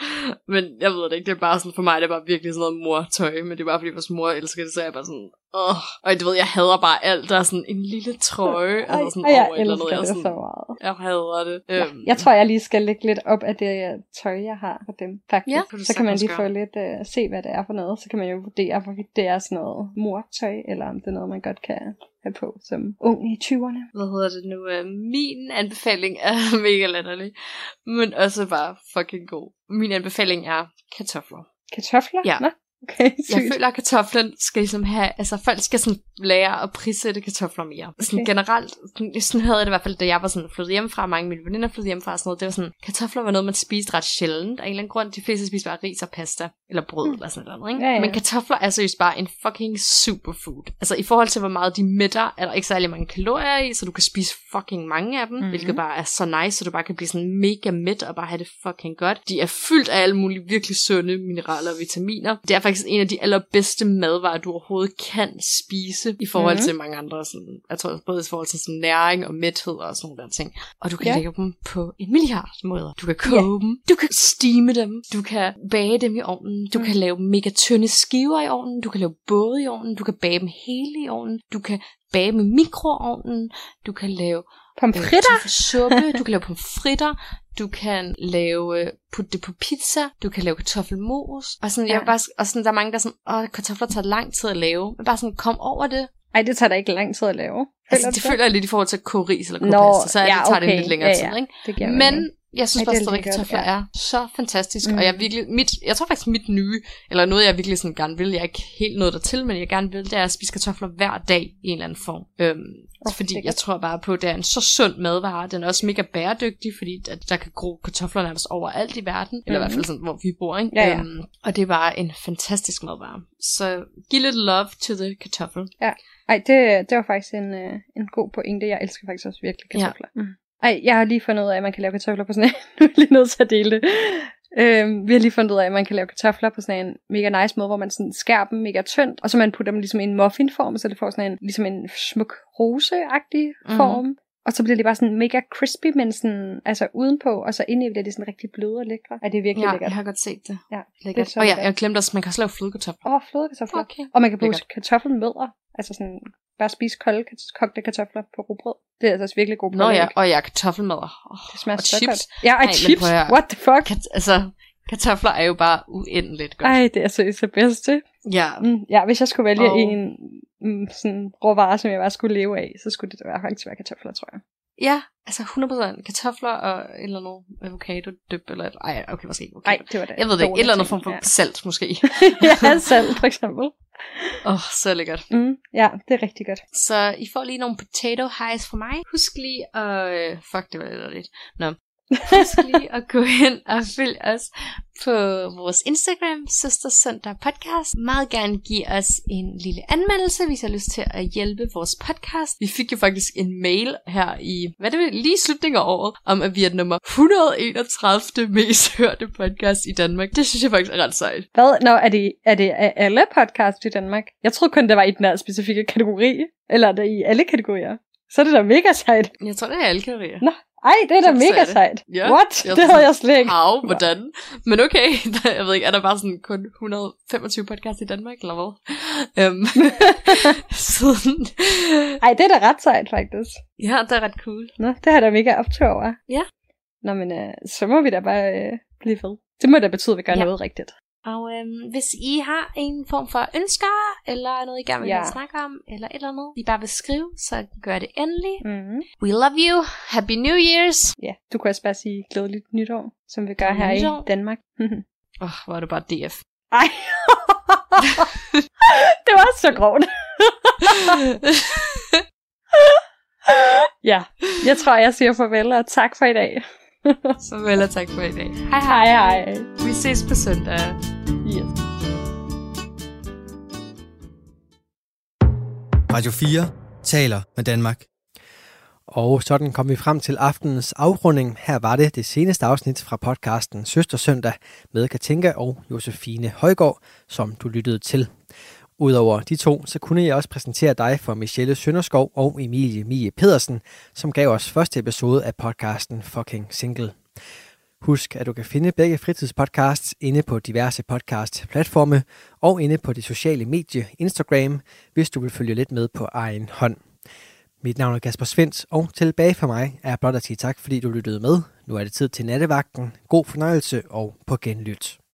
Men jeg ved det ikke, det er bare sådan, for mig, det er bare virkelig sådan noget mortøj, men det er bare fordi, vores mor elsker det, så jeg er bare sådan, åh. Og du ved, jeg hader bare alt, der er sådan en lille trøje, Ej, altså sådan ej, jeg over et eller andet. Jeg elsker det sådan, så meget. Jeg hader det. Ja, øhm. jeg tror, jeg lige skal lægge lidt op af det tøj, jeg har for dem, faktisk. Ja, så kan man lige få lidt uh, se, hvad det er for noget. Så kan man jo vurdere, hvorvidt det er sådan noget mortøj, eller om det er noget, man godt kan have på som ung i tyverne. Hvad hedder det nu? Min anbefaling er mega latterlig, men også bare fucking god. Min anbefaling er kartofler. Kartofler? Ja. Nå? Okay, jeg føler, at kartoflen skal ligesom have, altså folk skal sådan lære at prissætte kartofler mere. Okay. Sådan generelt, sådan, sådan havde jeg det i hvert fald, da jeg var sådan flyttet hjemmefra, mange af mine veninder flyttede hjemmefra og sådan noget, det var sådan, kartofler var noget, man spiste ret sjældent, af en eller anden grund, de fleste spiste bare ris og pasta, eller brød, mm. eller sådan noget, ikke? Ja, ja. Men kartofler er seriøst bare en fucking superfood. Altså i forhold til, hvor meget de mætter, er der ikke særlig mange kalorier i, så du kan spise fucking mange af dem, mm-hmm. hvilket bare er så nice, så du bare kan blive sådan mega mæt og bare have det fucking godt. De er fyldt af alle mulige virkelig sunde mineraler og vitaminer. Det er faktisk en af de allerbedste madvarer, du overhovedet kan spise i forhold mm-hmm. til mange andre, sådan, jeg tror både i forhold til sådan næring og mæthed og sådan nogle der ting. Og du kan ja. lægge dem på en milliard måder. Du kan koge ja. dem, du kan stime dem, du kan bage dem i ovnen, du mm. kan lave mega tynde skiver i ovnen, du kan lave både i ovnen, du kan bage dem hele i ovnen, du kan bage dem i mikroovnen, du kan lave pomfritter, øh, suppe, du kan lave pomfritter, du kan lave, putte det på pizza, du kan lave kartoffelmos, og sådan, ja. jeg bare, og sådan, der er mange, der er sådan, åh, kartofler tager lang tid at lave, men bare sådan, kom over det. Ej, det tager da ikke lang tid at lave. Altså, det føler jeg lidt i forhold til at koge ris eller koge pasta, så ja, det tager okay. det lidt længere ja, ja. tid, ikke? Det men jeg synes Ej, bare stadig, at kartofler ja. er så fantastisk, mm. og jeg virkelig, mit, jeg tror faktisk mit nye, eller noget jeg virkelig sådan gerne vil, jeg er ikke helt nået dertil, men jeg gerne vil, det er at spise kartofler hver dag i en eller anden form. Øhm, oh, fordi jeg tror bare på, at det er en så sund madvare, den er også mega bæredygtig, fordi at der kan gro kartofler nærmest overalt i verden, eller mm. i hvert fald sådan, hvor vi bor, ikke? Ja, ja. Øhm, og det er bare en fantastisk madvare. Så giv lidt love to the kartoffel. Ja, ej, det, det var faktisk en, øh, en god pointe, jeg elsker faktisk også virkelig kartofler. Ja. Mm. Ej, jeg har lige fundet ud af, at man kan lave kartofler på sådan en... Nu er jeg lige nødt til at dele det. Øhm, vi har lige fundet ud af, at man kan lave kartofler på sådan en mega nice måde, hvor man sådan skærer dem mega tyndt, og så man putter dem ligesom i en muffinform, så det får sådan en, ligesom en smuk roseagtig form. Mm. Og så bliver de bare sådan mega crispy, men sådan, altså udenpå, og så inde i bliver de sådan rigtig bløde og lækre. Er det virkelig ja, lækkert? Ja, jeg har godt set det. Ja, lækkert. Det og ja, jeg glemte også, man kan også lave flødekartofler. Åh, oh, flødekartofler. Okay. Og man kan bruge kartoffelmødder, altså sådan bare spise kolde kogte kartofler på rugbrød. Det er altså virkelig god på. Nå ja, og ja, kartoffelmødder. Oh, det smager og så chips. Godt. Ja, og Ej, chips. What the fuck? Kat- altså, kartofler er jo bare uendeligt godt. Ej, det er seriøst det bedste. Ja. Mm, ja, hvis jeg skulle vælge og... en mm, sådan råvare, som jeg bare skulle leve af, så skulle det være faktisk være kartofler, tror jeg. Ja, altså hundrede procent kartofler og et eller andet avocado dyp eller et, ej, okay, måske ikke okay. Ej, det var det. Jeg ved det ikke, et eller andet form for ja. salt måske. Ja, salt for eksempel. Åh, oh, så lækkert. Mm, ja, det er rigtig godt. Så I får lige nogle potato highs fra mig. Husk lige at, øh, fuck, det var lidt. Nå. Husk lige at gå hen og følge os på vores Instagram, Søster Søndag Podcast. Meget gerne give os en lille anmeldelse, hvis I har lyst til at hjælpe vores podcast. Vi fik jo faktisk en mail her i, hvad det vil, lige i slutningen af året, om at vi er nummer et hundrede og enogtredive mest hørte podcast i Danmark. Det synes jeg faktisk er ret sejt. Hvad? Nå, er det, er det af alle podcasts i Danmark? Jeg troede kun, det var i den her specifikke kategori. Eller er det i alle kategorier? Så er det da mega sejt. Jeg tror, det er alle kategorier. Nå. Ej, det er da mega sejt. Ja, What? Det havde jeg slet ikke. How? Hvordan? Men okay, jeg ved ikke, er der bare sådan kun et hundrede og femogtyve podcast i Danmark, eller hvad? Um, sådan. Ej, det er da ret sejt, faktisk. Ja, det er ret cool. Nå, det har da mega optur over. Ja. Nå, men øh, så må vi da bare øh, blive ved. Det må da betyde, at vi gør ja. noget rigtigt. Og øhm, hvis I har en form for ønsker, eller noget, I gerne vil ja. snakke om, eller et eller andet, I bare vil skrive, så gør det endelig. Mm-hmm. We love you. Happy New Year's. Ja, du kan også bare sige glædeligt nytår, som vi gør her nytår. i Danmark. Åh, oh, hvor er det bare D F. Ej. Det var så grovt. Ja, jeg tror, jeg siger farvel og tak for i dag. Farvel og tak for i dag. Hej hej. hej, hej. Vi ses på søndag. Yes. Radio fire taler med Danmark. Og sådan kom vi frem til aftenens afrunding. Her var det det seneste afsnit fra podcasten Søstersøndag med Katinka og Josefine Højgaard, som du lyttede til. Udover de to, så kunne jeg også præsentere dig for Michelle Sønderskov og Emilie Mie Pedersen, som gav os første episode af podcasten Fucking Single. Husk, at du kan finde begge fritidspodcasts inde på diverse podcast-platforme og inde på det sociale medie Instagram, hvis du vil følge lidt med på egen hånd. Mit navn er Kasper Svendt, og tilbage for mig er blot at sige tak, fordi du lyttede med. Nu er det tid til nattevagten. God fornøjelse og på genlyt.